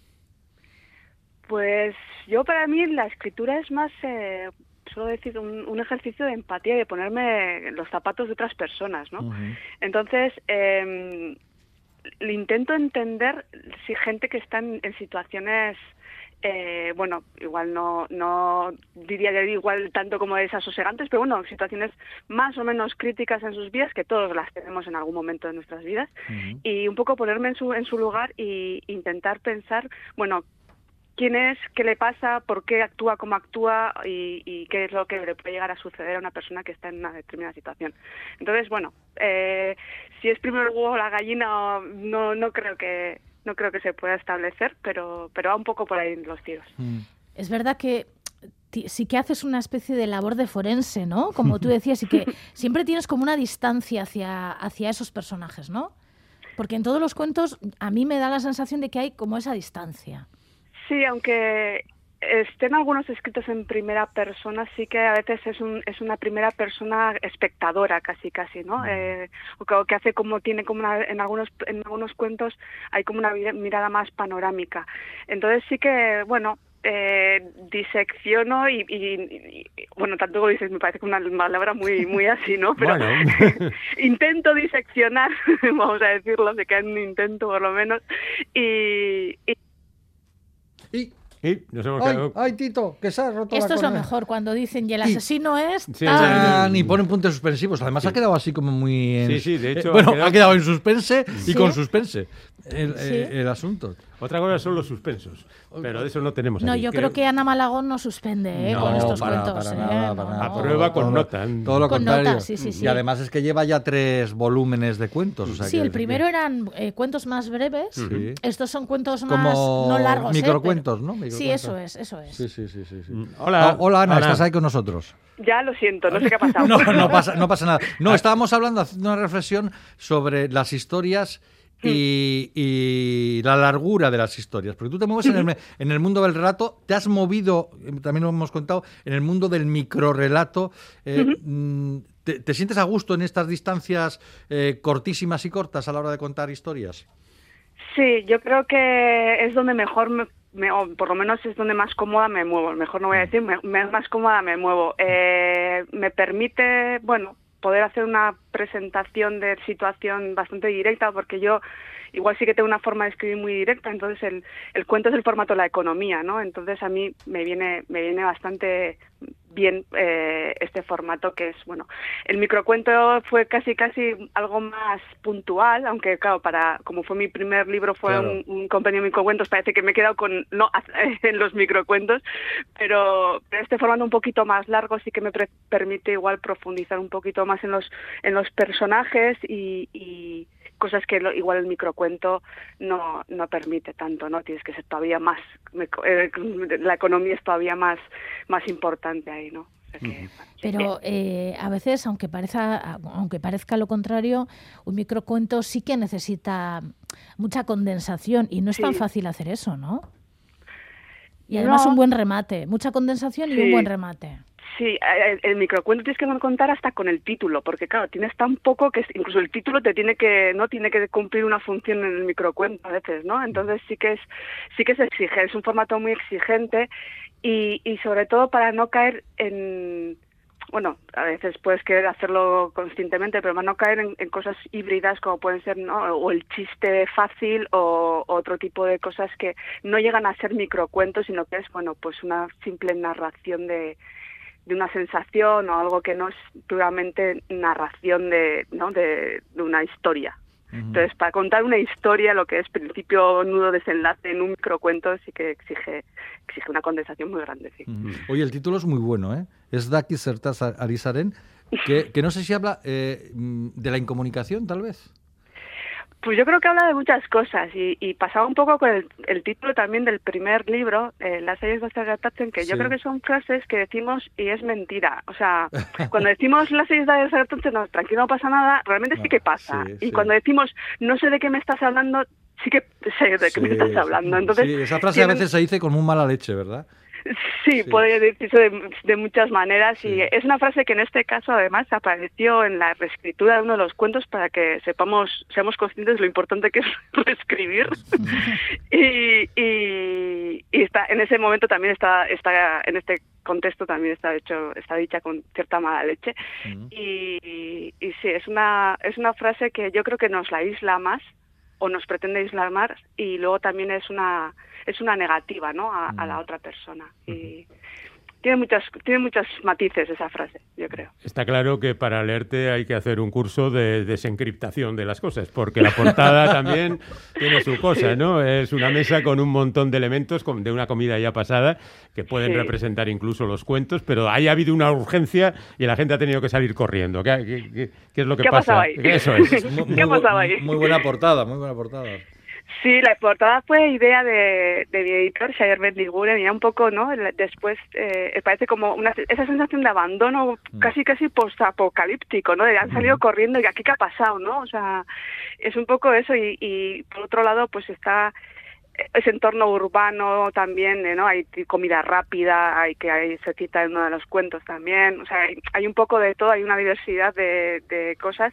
H: Pues yo para mí la escritura es más, eh, suelo decir, un, un ejercicio de empatía y de ponerme en los zapatos de otras personas, ¿no?
C: Ujú.
H: Entonces, eh, intento entender si gente que está en, en situaciones, eh, bueno, igual no, no diría que igual tanto como desasosegantes, pero bueno, situaciones más o menos críticas en sus vidas, que todos las tenemos en algún momento de nuestras vidas,
C: Ujú.
H: y un poco ponerme en su, en su lugar e intentar pensar, bueno, quién es, qué le pasa, por qué actúa como actúa y, y qué es lo que le puede llegar a suceder a una persona que está en una determinada situación. Entonces, bueno, eh, si es primero el huevo o la gallina, no, no creo que no creo que se pueda establecer, pero pero va un poco por ahí los tiros.
C: Mm.
G: Es verdad que ti- sí que haces una especie de labor de forense, ¿no? Como tú decías, y que siempre tienes como una distancia hacia, hacia esos personajes, ¿no? Porque en todos los cuentos a mí me da la sensación de que hay como esa distancia.
H: Sí, aunque estén algunos escritos en primera persona, sí que a veces es un, es una primera persona espectadora, casi casi, ¿no? Eh, o que, o que hace como tiene como una, en algunos en algunos cuentos hay como una vida- mirada más panorámica. Entonces sí que, bueno, eh, disecciono y, y, y- y- bueno, tanto como dices, me parece que una palabra muy muy así, ¿no? Pero
B: Bueno.
H: intento diseccionar, vamos a decirlo, se queda en un intento por lo menos, y, y
C: Y,
B: Y nos hemos
C: ay,
B: quedado...
C: ay, Tito, que se ha roto la
G: Esto es lo
C: cornea.
G: mejor, cuando dicen y el
C: Y-
G: asesino es...
B: Sí,
G: tal".
C: Ah, ni ponen puntos suspensivos. Además ha quedado así como muy... En...
B: Sí, sí, de hecho,
C: eh, bueno,
B: ha quedado-
C: ha quedado en suspense y
G: Sí.
C: con suspense el,
G: Sí.
C: eh, el asunto.
B: Otra cosa son los suspensos, pero de eso no tenemos
G: No,
B: aquí.
G: yo creo que Ana Malagón no suspende ¿eh?
C: No,
G: con estos
C: para-
G: cuentos.
C: para
G: ¿eh?
C: nada,
G: No,
C: para nada.
G: no.
B: Aprueba con
C: Todo-
B: nota.
C: Todo lo
G: Con
C: contrario.
G: nota, sí, sí, sí.
C: Y además es que lleva ya tres volúmenes de cuentos. O sea
G: Sí,
C: que-
G: el primero eran eh, cuentos más breves.
C: Sí.
G: Estos son cuentos más
C: Como
G: no largos. ¿eh?
C: microcuentos,
G: Pero-
C: ¿no?
G: Sí,
C: Microcuentos.
G: eso es, eso es.
C: Sí, sí, sí, sí, sí.
B: Mm, Hola.
C: Ah, hola, Ana,
B: Ana.
C: estás ahí con nosotros.
H: ya lo siento, no sé qué ha pasado.
C: No, no pasa, no pasa nada. No, estábamos hablando, haciendo una reflexión sobre las historias y, y la largura de las historias. Porque tú te mueves en el, en el mundo del relato, te has movido, eh, también lo hemos contado, en el mundo del microrelato. Eh, mm, ¿te, te sientes a gusto en estas distancias eh, cortísimas y cortas a la hora de contar historias?
H: Sí, yo creo que es donde mejor, me, me- o por lo menos es donde más cómoda me muevo. Mejor no voy a decir, me, me- más cómoda me muevo. Eh, me permite, bueno, poder hacer una presentación de situación bastante directa, porque yo igual sí que tengo una forma de escribir muy directa, entonces el, el cuento es el formato de la economía, ¿no? Entonces a mí me viene me viene bastante bien eh, este formato que es, bueno, el microcuento fue casi casi algo más puntual, aunque claro, para como fue mi primer libro fue
C: Claro.
H: un, un compendio de microcuentos, parece que me he quedado con no en los microcuentos, pero este formato un poquito más largo sí que me pre- permite igual profundizar un poquito más en los en los personajes y, y cosas que lo, igual el microcuento no no permite tanto, ¿no? Tienes que ser todavía más, me- eh, la economía es todavía más más importante ahí, ¿no? O sea que,
G: Pero eh, a veces, aunque parezca, aunque parezca lo contrario, un microcuento sí que necesita mucha condensación y no es
H: Sí.
G: tan fácil hacer eso, ¿no? Y además
H: No.
G: un buen remate, mucha condensación y
H: Sí.
G: un buen remate.
H: Sí, el, el microcuento tienes que contar hasta con el título, porque claro, tienes tan poco que incluso el título te tiene que no tiene que cumplir una función en el microcuento a veces, ¿no? Entonces sí que es sí que se exige, es un formato muy exigente y, y sobre todo para no caer en bueno, a veces puedes querer hacerlo conscientemente, pero para no caer en, en cosas híbridas como pueden ser, ¿no? O el chiste fácil o otro tipo de cosas que no llegan a ser microcuentos, sino que es, bueno, pues una simple narración de, de una sensación o algo que no es puramente narración de, ¿no? de, de una historia. Uh-huh. Entonces, para contar una historia, lo que es principio, nudo, desenlace en un microcuento sí que exige exige una condensación muy grande. Sí.
C: Uh-huh. Oye, el título es muy bueno, ¿eh? Es Daki Zertaz Arizaren, que, que no sé si habla eh, de la incomunicación, tal vez.
H: Pues yo creo que habla de muchas cosas y, y pasaba un poco con el, el título también del primer libro, eh, Las leyes de Zertatzen, que sí. Yo creo que son frases que decimos y es mentira. O sea, cuando decimos las leyes de Zertatzen, no, tranquilo, no pasa nada, realmente no, sí que pasa. Sí, y sí. Cuando decimos, no sé de qué me estás hablando, sí que sé de qué sí, me estás hablando. Entonces,
C: sí, esa frase tiene... a veces se dice con muy mala leche, ¿verdad?
H: Sí, sí, puede decirse de, de muchas maneras sí. Y es una frase que en este caso además apareció en la reescritura de uno de los cuentos para que sepamos, seamos conscientes de lo importante que es reescribir y, y, y está, en ese momento también está, está en este contexto también está hecho, está dicha con cierta mala leche uh-huh. y, y sí, es una, es una frase que yo creo que nos la aísla más o nos pretende aislar más y luego también es una es una negativa, ¿no? a, a la otra persona y tiene muchas tiene muchos matices esa frase, yo creo.
B: Está claro que para leerte hay que hacer un curso de desencriptación de las cosas, porque la portada también tiene su cosa, ¿no? Es una mesa con un montón de elementos de una comida ya pasada que pueden sí. representar incluso los cuentos, pero ahí ha habido una urgencia y la gente ha tenido que salir corriendo. ¿Qué, qué, qué, qué es lo que
H: ¿Qué
B: pasa?
H: Ahí?
B: Eso es.
H: Muy, ¿Qué ha pasado ahí?
C: Muy buena portada, muy buena portada.
H: Sí, la portada fue idea de, de mi editor, Xavier Benliguren, y era un poco, ¿no? Después eh, parece como una, esa sensación de abandono mm. casi casi postapocalíptico, ¿no? De han salido mm. corriendo y aquí qué ha pasado, ¿no? O sea, es un poco eso y, y por otro lado pues está ese entorno urbano también, ¿no? Hay comida rápida, hay que hay, se cita en uno de los cuentos también, o sea, hay, hay un poco de todo, hay una diversidad de, de cosas.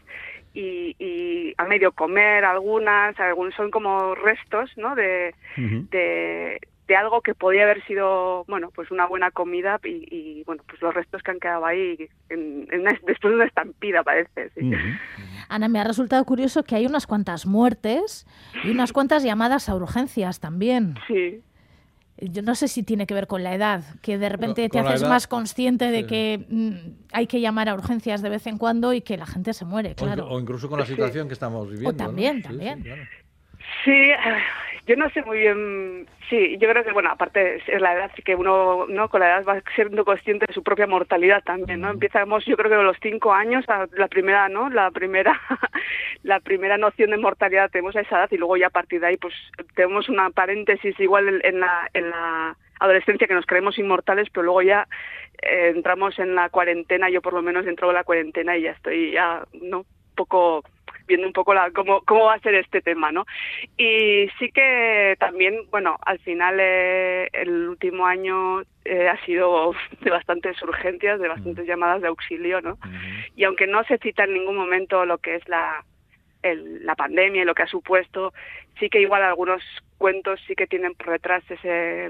H: Y, y a medio comer algunas, algunos son como restos, ¿no? De, uh-huh. de, de algo que podía haber sido, bueno, pues una buena comida y, y bueno, pues los restos que han quedado ahí en, en una, después de una estampida, parece. Sí.
G: Uh-huh. Ana, me ha resultado curioso que hay unas cuantas muertes y unas cuantas llamadas a urgencias también.
H: Sí.
G: Yo no sé si tiene que ver con la edad, que de repente te haces edad, más consciente de sí. que mm, hay que llamar a urgencias de vez en cuando y que la gente se muere, claro.
C: O, o incluso con la situación sí. que estamos viviendo.
G: O también,
C: ¿no?
G: también.
C: Sí, sí, claro.
H: Sí, yo no sé muy bien. Sí, yo creo que, bueno, aparte es la edad que uno, ¿no? Con la edad va siendo consciente de su propia mortalidad también, ¿no? Empezamos, yo creo que a los cinco años, la primera, ¿no? La primera, la primera noción de mortalidad tenemos a esa edad y luego ya a partir de ahí, pues tenemos una paréntesis igual en la, en la adolescencia que nos creemos inmortales, pero luego ya eh, entramos en la cuarentena, yo por lo menos entro en la cuarentena y ya estoy ya, ¿no? Un poco viendo un poco la, cómo, cómo va a ser este tema, ¿no? Y sí que también, bueno, al final eh, el último año eh, ha sido de bastantes urgencias, de bastantes llamadas de auxilio, ¿no? Uh-huh. Y aunque no se cita en ningún momento lo que es la, el, la pandemia y lo que ha supuesto, sí que igual algunos cuentos sí que tienen por detrás ese,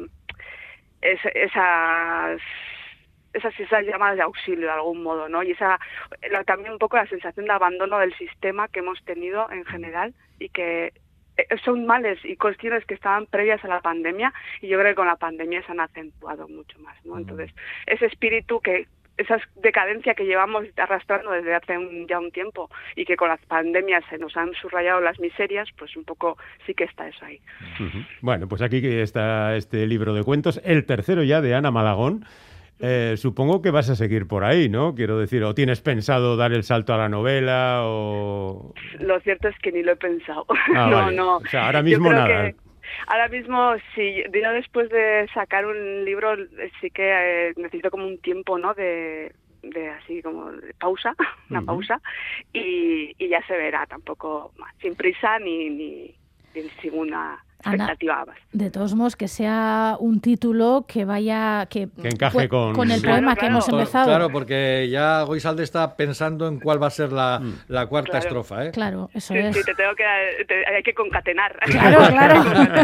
H: ese esas... Esas, esas llamadas de auxilio de algún modo, ¿no? Y esa la, también un poco la sensación de abandono del sistema que hemos tenido en general y que son males y cuestiones que estaban previas a la pandemia y yo creo que con la pandemia se han acentuado mucho más, ¿no? Entonces, ese espíritu que esa decadencia que llevamos arrastrando desde hace un, ya un tiempo y que con las pandemias se nos han subrayado las miserias, pues un poco sí que está eso ahí.
B: Uh-huh. Bueno, pues aquí está este libro de cuentos, el tercero ya de Ana Malagón. Eh, supongo que vas a seguir por ahí, ¿no? Quiero decir, ¿o tienes pensado dar el salto a la novela o...?
H: Lo cierto es que ni lo he pensado.
B: Ah,
H: no,
B: vale.
H: no.
B: O sea, ahora mismo nada.
H: Que... Ahora mismo, sí, yo después de sacar un libro, sí que eh, necesito como un tiempo, ¿no? De, de así como de pausa, una uh-huh. pausa, y, y ya se verá, tampoco sin prisa ni, ni, ni sin una expectativa.
G: Ana, de todos modos, que sea un título que vaya, que,
B: que encaje con,
G: con el
B: sí.
G: poema
H: claro,
G: que hemos
H: claro.
G: empezado.
C: Claro, porque ya Goizalde está pensando en cuál va a ser la, mm. la cuarta
H: claro.
C: estrofa, ¿eh?
G: Claro, eso
H: sí,
G: es.
H: Sí, te tengo que, te, hay que concatenar.
G: Claro, claro.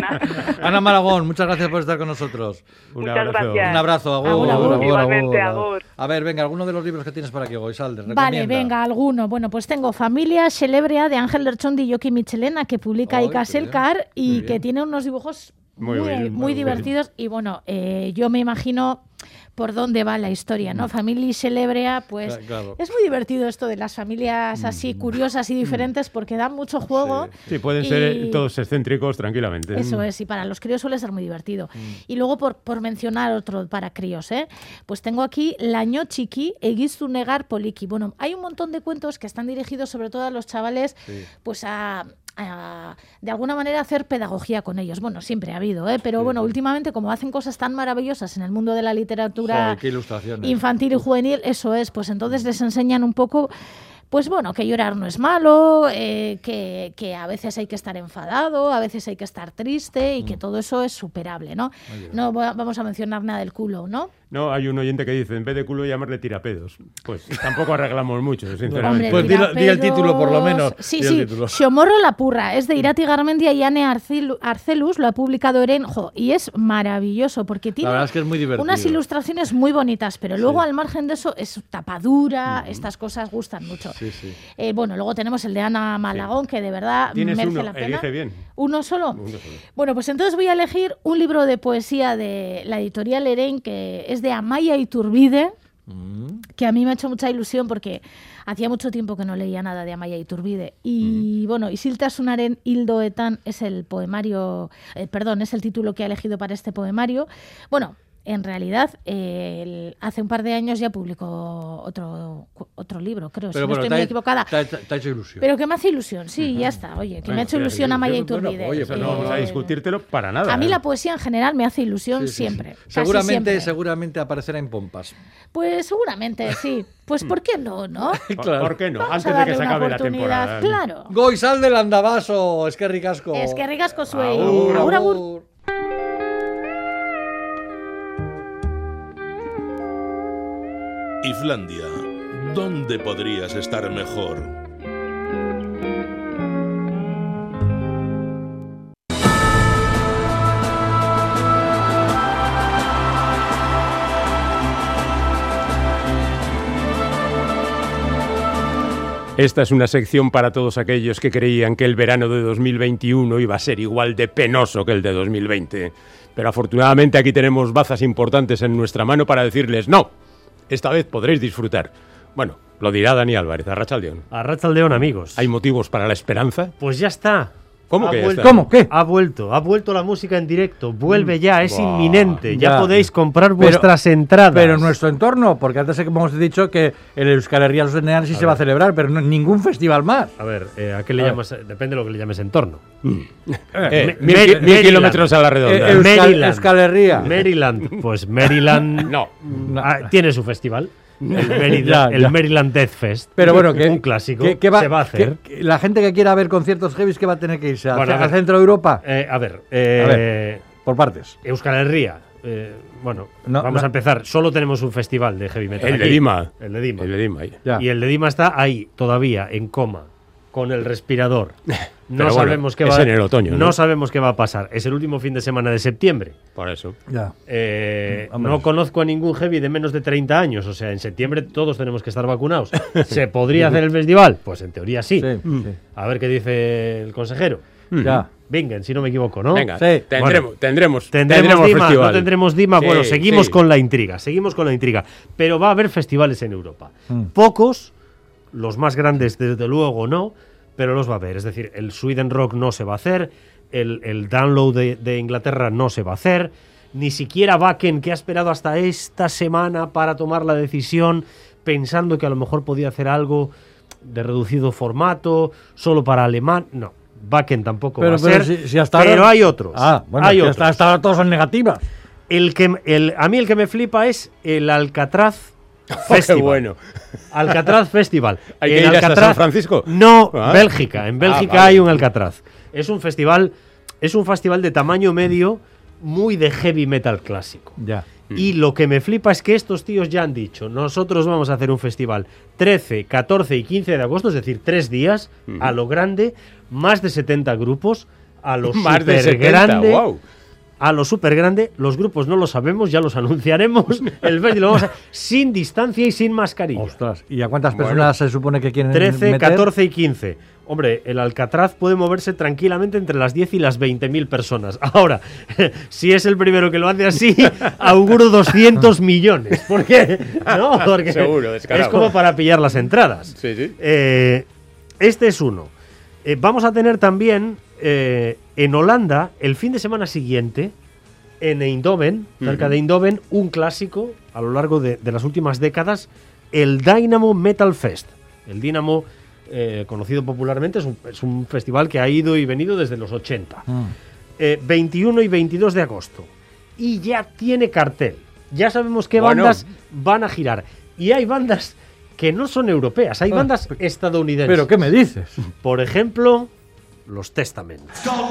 C: Ana Malagón, muchas gracias por estar con nosotros.
B: Un
H: Muchas
B: abrazo.
H: gracias.
C: Un abrazo, agur,
G: Agur,
C: agur, agur,
H: igualmente,
C: agur.
H: agur.
C: A ver, venga, alguno de los libros que tienes por aquí, Goizalde, recomienda.
G: Vale, venga, alguno. Bueno, pues tengo Familia Xelebrea de Ángel Lerchondi y Joaquí Michelena, que publica
C: Ay,
G: Ica
C: qué bien,
G: Selcar y
C: qué
G: que
C: bien.
G: tiene unos dibujos
B: Muy
G: muy,
B: bien,
G: muy
B: muy
G: divertidos. Y bueno, eh, yo me imagino por dónde va la historia, ¿no? Familia Xelebrea, pues
C: Claro.
G: es muy divertido esto de las familias así curiosas y diferentes porque dan mucho juego.
B: Sí, pueden
G: y...
B: ser todos excéntricos tranquilamente.
G: Eso es, y para los críos suele ser muy divertido. Y luego, por, por mencionar otro para críos, ¿eh? Pues tengo aquí Laño Chiqui, Egizu Negar Poliki. Bueno, hay un montón de cuentos que están dirigidos sobre todo a los chavales, sí. pues a... A, de alguna manera hacer pedagogía con ellos. Bueno, siempre ha habido, ¿eh? Pero sí, bueno, sí. últimamente como hacen cosas tan maravillosas en el mundo de la literatura
C: Joder,
G: infantil y juvenil, eso es, pues entonces les enseñan un poco... Pues bueno, que llorar no es malo, eh, que, que a veces hay que estar enfadado, a veces hay que estar triste y mm. que todo eso es superable, ¿no? No vamos a mencionar nada del culo, ¿no?
B: No, hay un oyente que dice, en vez de culo llamarle tirapedos. Pues tampoco arreglamos mucho, sinceramente.
G: Hombre,
C: pues di, di el título, por lo menos.
G: Sí, sí, Xomorro la Purra, es de Irati Garmendia y Anne Arcelus, lo ha publicado Erenjo, y es maravilloso, porque tiene
C: la verdad es que es muy divertido.
G: Unas ilustraciones muy bonitas, pero luego sí. al margen de eso es tapadura, mm. estas cosas gustan mucho.
C: Sí, sí.
G: Eh, bueno, luego tenemos el de Ana Malagón, sí. que de verdad merece
B: uno,
G: la pena.
B: Elige bien.
G: ¿Uno solo?
B: Uno solo?
G: Bueno, pues entonces voy a elegir un libro de poesía de la editorial Eren, que es de Amaya Iturbide, mm. que a mí me ha hecho mucha ilusión porque hacía mucho tiempo que no leía nada de Amaya Iturbide. Y mm. bueno, Isiltasunaren Hildoetan es el poemario, eh, perdón, es el título que ha elegido para este poemario. Bueno, en realidad, eh, el, hace un par de años ya publicó otro otro libro, creo,
C: pero
G: si
C: bueno,
G: no estoy muy equivocada.
C: Te ha, te ha hecho ilusión.
G: Pero que me hace ilusión, sí, uh-huh. ya está. Oye, que bueno, me ha hecho ilusión sí, Amaya Iturbide.
B: Bueno, oye, pero no vamos a discutírtelo para nada.
G: A mí
B: ¿eh?
G: la poesía en general me hace ilusión sí, sí, siempre.
C: Sí. Seguramente,
G: siempre.
C: seguramente aparecerá en pompas.
G: Pues seguramente, sí. Pues ¿por qué no, no?
B: Claro. ¿Por qué no?
G: Vamos
B: Antes de que se acabe la temporada.
G: Claro.
C: Goizalde Landabaso, es que ricasco.
G: Es que ricasco suey.
C: Agur,
G: agur. agur.
C: agur.
F: Islandia, ¿dónde podrías estar mejor?
B: Esta es una sección para todos aquellos que creían que el verano de dos mil veintiuno iba a ser igual de penoso que el de dos mil veinte. Pero afortunadamente aquí tenemos bazas importantes en nuestra mano para decirles no. Esta vez podréis disfrutar. Bueno, lo dirá Dani Álvarez, Arratsaldeon.
I: Arratsaldeon, amigos.
B: ¿Hay motivos para la esperanza?
I: Pues ya está.
B: ¿Cómo
I: ha
B: que ya
I: vuelto,
B: está?
C: ¿Cómo? ¿Qué?
I: Ha vuelto, ha vuelto la música en directo. Vuelve ya, es
B: Buah,
I: inminente. Ya,
C: ya
I: podéis comprar
C: pero,
I: vuestras entradas.
C: Pero en nuestro entorno, porque antes hemos dicho que el Euskal Herria Los Nean sí a se ver. va a celebrar, pero no, ningún festival más.
I: A ver, eh, ¿a qué le a llamas? Ver. Depende de lo que le llames entorno.
B: Mm. Eh,
I: mil,
B: mil, mil kilómetros a la redonda.
C: Eh, Euskal,
I: Maryland.
C: Euskal Herria.
I: Maryland. Pues Maryland
B: no.
I: Ah, tiene su festival. El, Maryland,
C: ya,
I: el
C: ya.
I: Maryland Death Fest.
C: Pero bueno, que,
I: un clásico.
C: Que, que va,
I: se va a hacer.
C: Que, que la gente que quiera ver conciertos heavy, que va a tener que irse
I: bueno,
C: al centro de Europa.
I: Eh, a ver, eh,
C: a ver, por partes.
I: Euskal Herria. Eh, bueno,
C: no,
I: vamos
C: no.
I: a empezar. Solo tenemos un festival de heavy metal.
B: El
I: aquí.
B: de Dima.
I: El de Dima.
B: El de Dima.
I: Y el de Dima está ahí, todavía, en coma, con el respirador. No
B: bueno,
I: sabemos qué
B: es
I: va
B: en el otoño, ¿no?
I: No sabemos qué va a pasar. Es el último fin de semana de septiembre.
B: Por eso.
C: Ya.
I: Eh, no conozco a ningún heavy de menos de treinta años. O sea, en septiembre todos tenemos que estar vacunados. ¿Se podría hacer el festival? Pues en teoría sí.
C: Sí,
I: mm.
C: sí.
I: A ver qué dice el consejero.
B: Mm.
C: Ya.
I: Vengan, si no me equivoco, ¿no?
B: Venga,
C: sí.
B: tendremos,
I: bueno,
B: tendremos,
I: tendremos,
B: tendremos
I: Dima,
B: festival.
I: no tendremos Dima.
B: Sí,
I: bueno, seguimos
B: sí.
I: con la intriga, seguimos con la intriga. Pero va a haber festivales en Europa.
C: Mm.
I: Pocos, los más grandes desde luego no, pero los va a haber. Es decir, el Sweden Rock no se va a hacer, el, el Download de, de Inglaterra no se va a hacer, ni siquiera Wacken, que ha esperado hasta esta semana para tomar la decisión, pensando que a lo mejor podía hacer algo de reducido formato, solo para alemán. No, Wacken tampoco
C: Pero,
I: va a
C: pero
I: ser,
C: si- si hasta
I: pero
C: ahora-
I: hay otros.
C: Ah, bueno,
I: hay
C: que
I: otros.
C: hasta, hasta ahora todos son negativas.
I: El que, el, a mí el que me flipa es el Alcatraz
B: ¡Qué
I: Festival.
B: bueno!
I: Alcatraz Festival.
B: ¿Hay que
I: El
B: ir hasta
I: Alcatraz-
B: San Francisco?
I: No,
B: Ah.
I: Bélgica. En Bélgica
B: Ah, vale.
I: hay un Alcatraz. Es un festival, es un festival de tamaño medio, muy de heavy metal clásico.
C: Ya.
I: Y lo que me flipa es que estos tíos ya han dicho, nosotros vamos a hacer un festival trece, catorce y quince de agosto, es decir, tres días, a lo grande, más de setenta grupos, a lo
B: Más de
I: súper
B: setenta,
I: grande.
B: guau.
I: A lo súper grande, los grupos no lo sabemos, ya los anunciaremos. El festival lo vamos a sin distancia y sin mascarilla.
C: Ostras. ¿Y a cuántas
B: Bueno.
C: personas se supone que quieren
I: trece,
C: meter?
I: catorce y quince. Hombre, el Alcatraz puede moverse tranquilamente entre las diez y las veinte mil personas. Ahora, si es el primero que lo hace así, auguro doscientos millones. ¿Por qué? No, porque
B: Seguro, descarado.
I: es como para pillar las entradas.
B: Sí, sí.
I: Eh, este es uno. Eh, vamos a tener también eh, en Holanda, el fin de semana siguiente, en Eindhoven, cerca de Eindhoven, un clásico a lo largo de, de las últimas décadas, el Dynamo Metal Fest. El Dynamo, eh, conocido popularmente, es un, es un festival que ha ido y venido desde los ochenta.
C: Mm.
I: Eh, veintiuno y veintidós de agosto. Y ya tiene cartel. Ya sabemos qué
B: Bueno.
I: bandas van a girar. Y hay bandas que no son europeas, hay
C: Ah,
I: bandas estadounidenses.
C: ¿Pero qué me dices?
I: Por ejemplo, los Testament.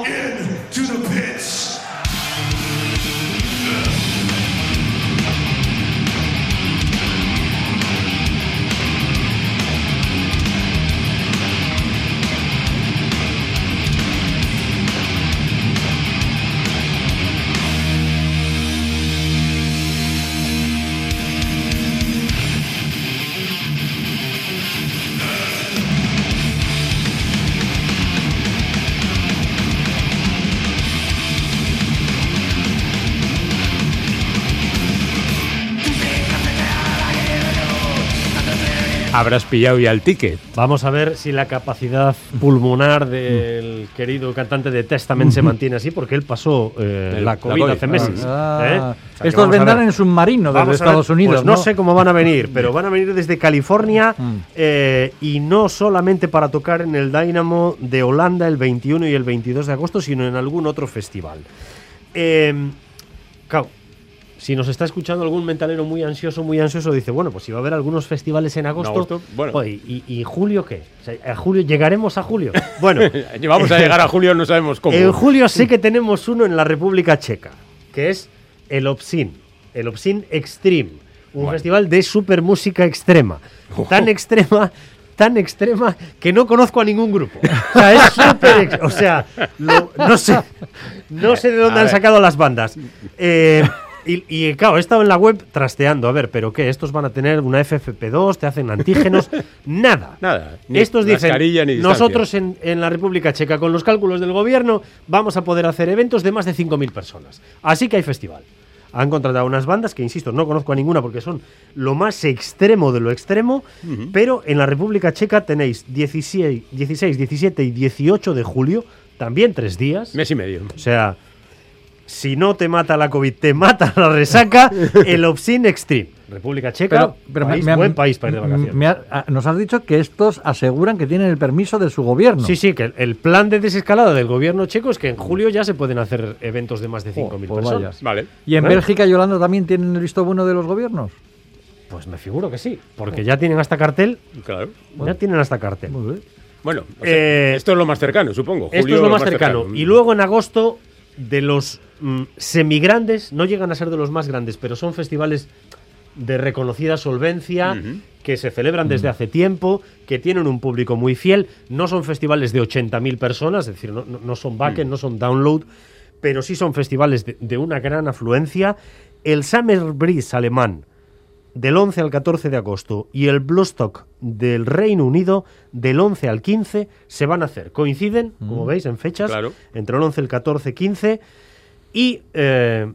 B: Habrás pillado ya el ticket.
I: Vamos a ver si la capacidad pulmonar del querido cantante de Testament se mantiene así, porque él pasó eh,
B: El-
I: la
B: la
I: COVID
B: COVID.
I: hace meses.
C: Ah,
I: ¿eh? O sea que
C: estos
I: vamos a
C: vendrán
I: ver.
C: en submarino desde
I: Vamos a ver,
C: Estados Unidos.
I: Pues no, sé cómo van a venir, pero van a venir desde California
C: Mm.
I: eh, y no solamente para tocar en el Dynamo de Holanda el veintiuno y el veintidós de agosto, sino en algún otro festival. Eh, claro, si nos está escuchando algún mentalero muy ansioso, muy ansioso, dice, bueno, pues si va a haber algunos festivales en agosto,
B: agosto, bueno.
I: joder, ¿y, y julio qué? O sea, ¿a julio llegaremos a julio? Bueno,
B: Vamos a llegar a julio, no sabemos cómo.
I: en julio sé que tenemos uno en la República Checa, que es el Obscene, el Obscene Extreme, un
B: Bueno.
I: festival de super música extrema, tan extrema, tan extrema que no conozco a ningún grupo. O sea, es súper, ex- o sea, lo- no sé, no sé de dónde
B: A
I: han
B: ver.
I: sacado las bandas. Eh, y, y, claro, he estado en la web trasteando, a ver, pero qué, estos van a tener una F F P dos, te hacen antígenos, nada.
B: Nada, ni
I: Estos dicen,
B: mascarilla ni distancia.
I: nosotros en, en la República Checa, con los cálculos del gobierno, vamos a poder hacer eventos de más de cinco mil personas. Así que hay festival. Han contratado unas bandas que, insisto, no conozco a ninguna porque son lo más extremo de lo extremo, pero en la República Checa tenéis dieciséis, dieciséis, diecisiete y dieciocho de julio, también tres días.
B: Mes y medio.
I: O sea, si no te mata la COVID, te mata la resaca, el Obscene Extreme. República Checa,
C: Pero, pero me-
I: país-
C: me ha-
I: buen país para ir de vacaciones.
C: me ha- ah, nos has dicho que estos aseguran que tienen el permiso de su gobierno.
I: Sí, sí, que el, el plan de desescalada del gobierno checo es que en julio ya se pueden hacer eventos de más de cinco mil
C: pues
I: personas.
C: vaya.
B: Vale.
C: ¿Y en
I: Bueno.
C: Bélgica y Holanda también tienen el visto bueno de los gobiernos?
I: Pues me figuro que sí, porque ya tienen hasta cartel.
B: Claro.
I: Ya tienen hasta cartel.
C: Muy bien.
B: Bueno, o sea,
I: Eh,
B: esto es lo más cercano, supongo.
I: Esto
B: Julio,
I: es lo más cercano.
B: cercano.
I: Y luego en agosto, de los mm, semigrandes, no llegan a ser de los más grandes, pero son festivales de reconocida solvencia,
B: Ujú.
I: que se celebran desde hace tiempo, que tienen un público muy fiel. No son festivales de ochenta mil personas, es decir, no, no- no son Wacken, no son Download, pero sí son festivales de, de una gran afluencia. El Summer Breeze alemán, del once al catorce de agosto, y el Bloodstock del Reino Unido, del once al quince, se van a hacer. Coinciden, como veis, en fechas,
B: Claro.
I: entre el once, el catorce, quince, y, eh,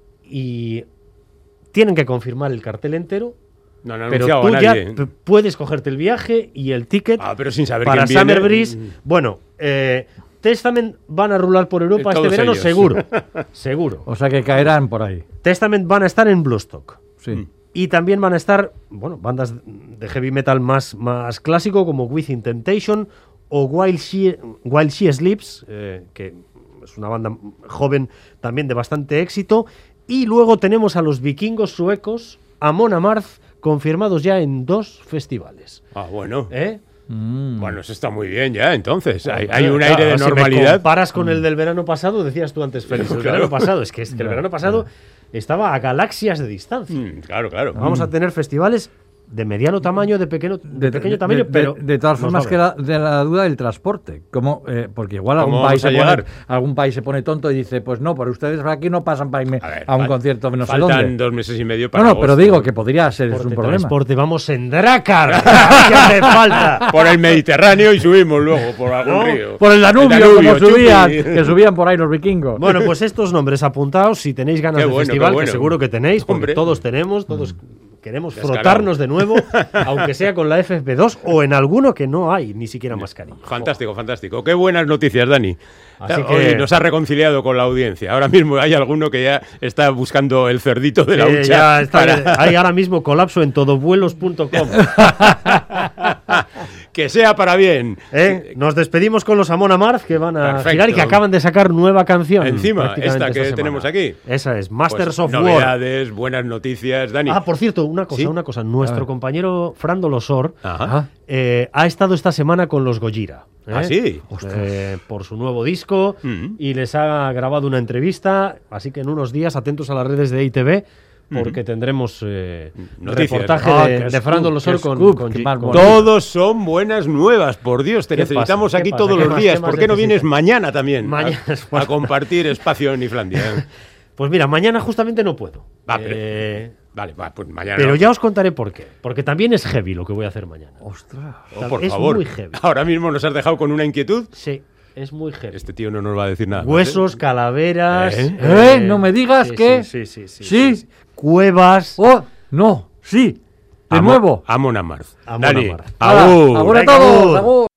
I: y tienen que confirmar el cartel entero,
B: No han
I: pero
B: anunciado
I: tú
B: a
I: ya
B: nadie.
I: p- puedes cogerte el viaje y el ticket
B: Ah, pero sin saber
I: para
B: quién viene.
I: Summer Breeze. Bueno, eh, Testament van a rular por Europa
B: Todos
I: este verano,
B: ellos.
I: seguro. Seguro.
C: O sea que caerán por ahí.
I: Testament van a estar en Bloodstock.
C: Sí.
I: Y también van a estar, bueno, bandas de heavy metal más, más clásico como Within Temptation o While She, While She Sleeps, eh, que es una banda joven también de bastante éxito. Y luego tenemos a los vikingos suecos, Amon Amarth, confirmados ya en dos festivales.
B: Ah, bueno.
I: ¿Eh?
C: Mm.
B: Bueno, eso está muy bien ya, entonces. Hay, hay
I: Claro,
B: un aire de
I: si me
B: normalidad.
I: comparas con el del verano pasado, decías tú antes, Félix, el
B: Claro.
I: verano pasado. Es que, es que el verano pasado estaba a galaxias de distancia.
B: Mm, claro, claro.
I: Vamos a tener festivales de mediano tamaño, de pequeño, de pequeño tamaño,
C: de-
I: pero
C: de, de todas
I: nos
C: formas
I: va
C: queda
I: bien.
C: de la duda del transporte. ¿Cómo? Eh, porque igual
B: ¿Cómo
C: algún país,
B: vamos
C: se
B: a
C: pone,
B: llegar?
C: algún país se pone tonto y dice, pues no, pero ustedes aquí no pasan para irme
B: A ver,
C: a un
B: fal-
C: concierto no sé
B: faltan
C: dónde.
B: dos meses y medio para
C: No, no, pero
B: agosto.
C: digo que podría ser es un
I: Transporte,
C: problema.
I: transporte, vamos en Dracar. ¿Qué hace falta?
B: Por el Mediterráneo y subimos luego por algún
I: ¿No?
B: río.
C: Por el Danubio,
B: Danubio,
C: como subían,
B: chupi.
C: que subían por ahí los vikingos.
I: Bueno, pues estos nombres apuntados, si tenéis ganas
B: Qué
I: de
B: bueno,
I: festival,
B: qué bueno.
I: que seguro que tenéis, porque
B: Hombre.
I: todos tenemos, todos queremos
B: Descarado.
I: frotarnos de nuevo, aunque sea con la F F P dos o en alguno que no hay ni siquiera mascarilla.
B: Fantástico, fantástico. Qué buenas noticias, Dani.
I: Así
B: Hoy
I: que-
B: nos ha reconciliado con la audiencia. Ahora mismo hay alguno que ya está buscando el cerdito de la
I: Eh,
B: hucha.
I: ya está,
B: para-
I: hay ahora mismo colapso en todovuelos punto com.
B: Que sea para bien.
I: ¿Eh? Nos despedimos con los Amon Amarth, que van a
B: Perfecto.
I: girar y que acaban de sacar nueva canción.
B: Encima,
I: prácticamente
B: esta que
I: semana.
B: tenemos aquí.
I: Esa es, Masters
B: Pues,
I: of War.
B: novedades, buenas noticias, Dani.
I: Ah, por cierto, una cosa,
B: ¿Sí?
I: una cosa. Nuestro
C: ver.
I: compañero Fran Dolosor
B: Ajá.
I: eh, ha estado esta semana con los Gojira. ¿eh?
B: ¿Ah, sí?
I: Eh, por su nuevo disco
B: Mm.
I: y les ha grabado una entrevista. Así que en unos días, atentos a las redes de I T V, porque tendremos eh,
B: Noticias.
I: reportaje
C: Ah,
I: de,
C: qué
I: de
C: scoop,
I: Fran Dolosor
C: qué
I: con,
C: scoop,
I: con
C: qué
I: Gi-
C: más
I: con-
C: bonito.
B: Todos son buenas nuevas, por Dios. Te
I: ¿Qué
B: necesitamos
I: pasa?
B: aquí
I: ¿Qué pasa?
B: todos
I: ¿Qué
B: los
I: más?
B: días.
I: ¿Qué más
B: ¿Por qué no vienes
I: necesitas?
B: mañana también?
I: Mañana,
B: A, a compartir espacio en Iflandia. ¿eh?
I: Pues mira, mañana justamente no puedo.
B: Va, pero-
I: Eh,
B: Vale, va, pues mañana.
I: pero
B: no.
I: ya os contaré por qué. Porque también es heavy lo que voy a hacer mañana.
C: Ostras.
B: Oh, por
I: es
B: favor.
I: muy heavy.
B: Ahora mismo nos has dejado con una inquietud.
I: Sí, es muy heavy.
B: Este tío no nos va a decir nada. más, ¿eh?
I: Huesos, calaveras.
B: ¿Eh?
C: ¿Eh? No me digas
I: sí,
C: que-
I: Sí, sí, sí.
C: ¿Sí?
I: sí. Cuevas.
C: Oh, no, sí, de
B: Amo-
C: nuevo.
B: Amon Amarth.
I: Amon
B: Dani,
I: Amarth.
C: Hala,
B: agur.
C: agur a
I: Venga,
C: todos,
I: agur.
C: agur.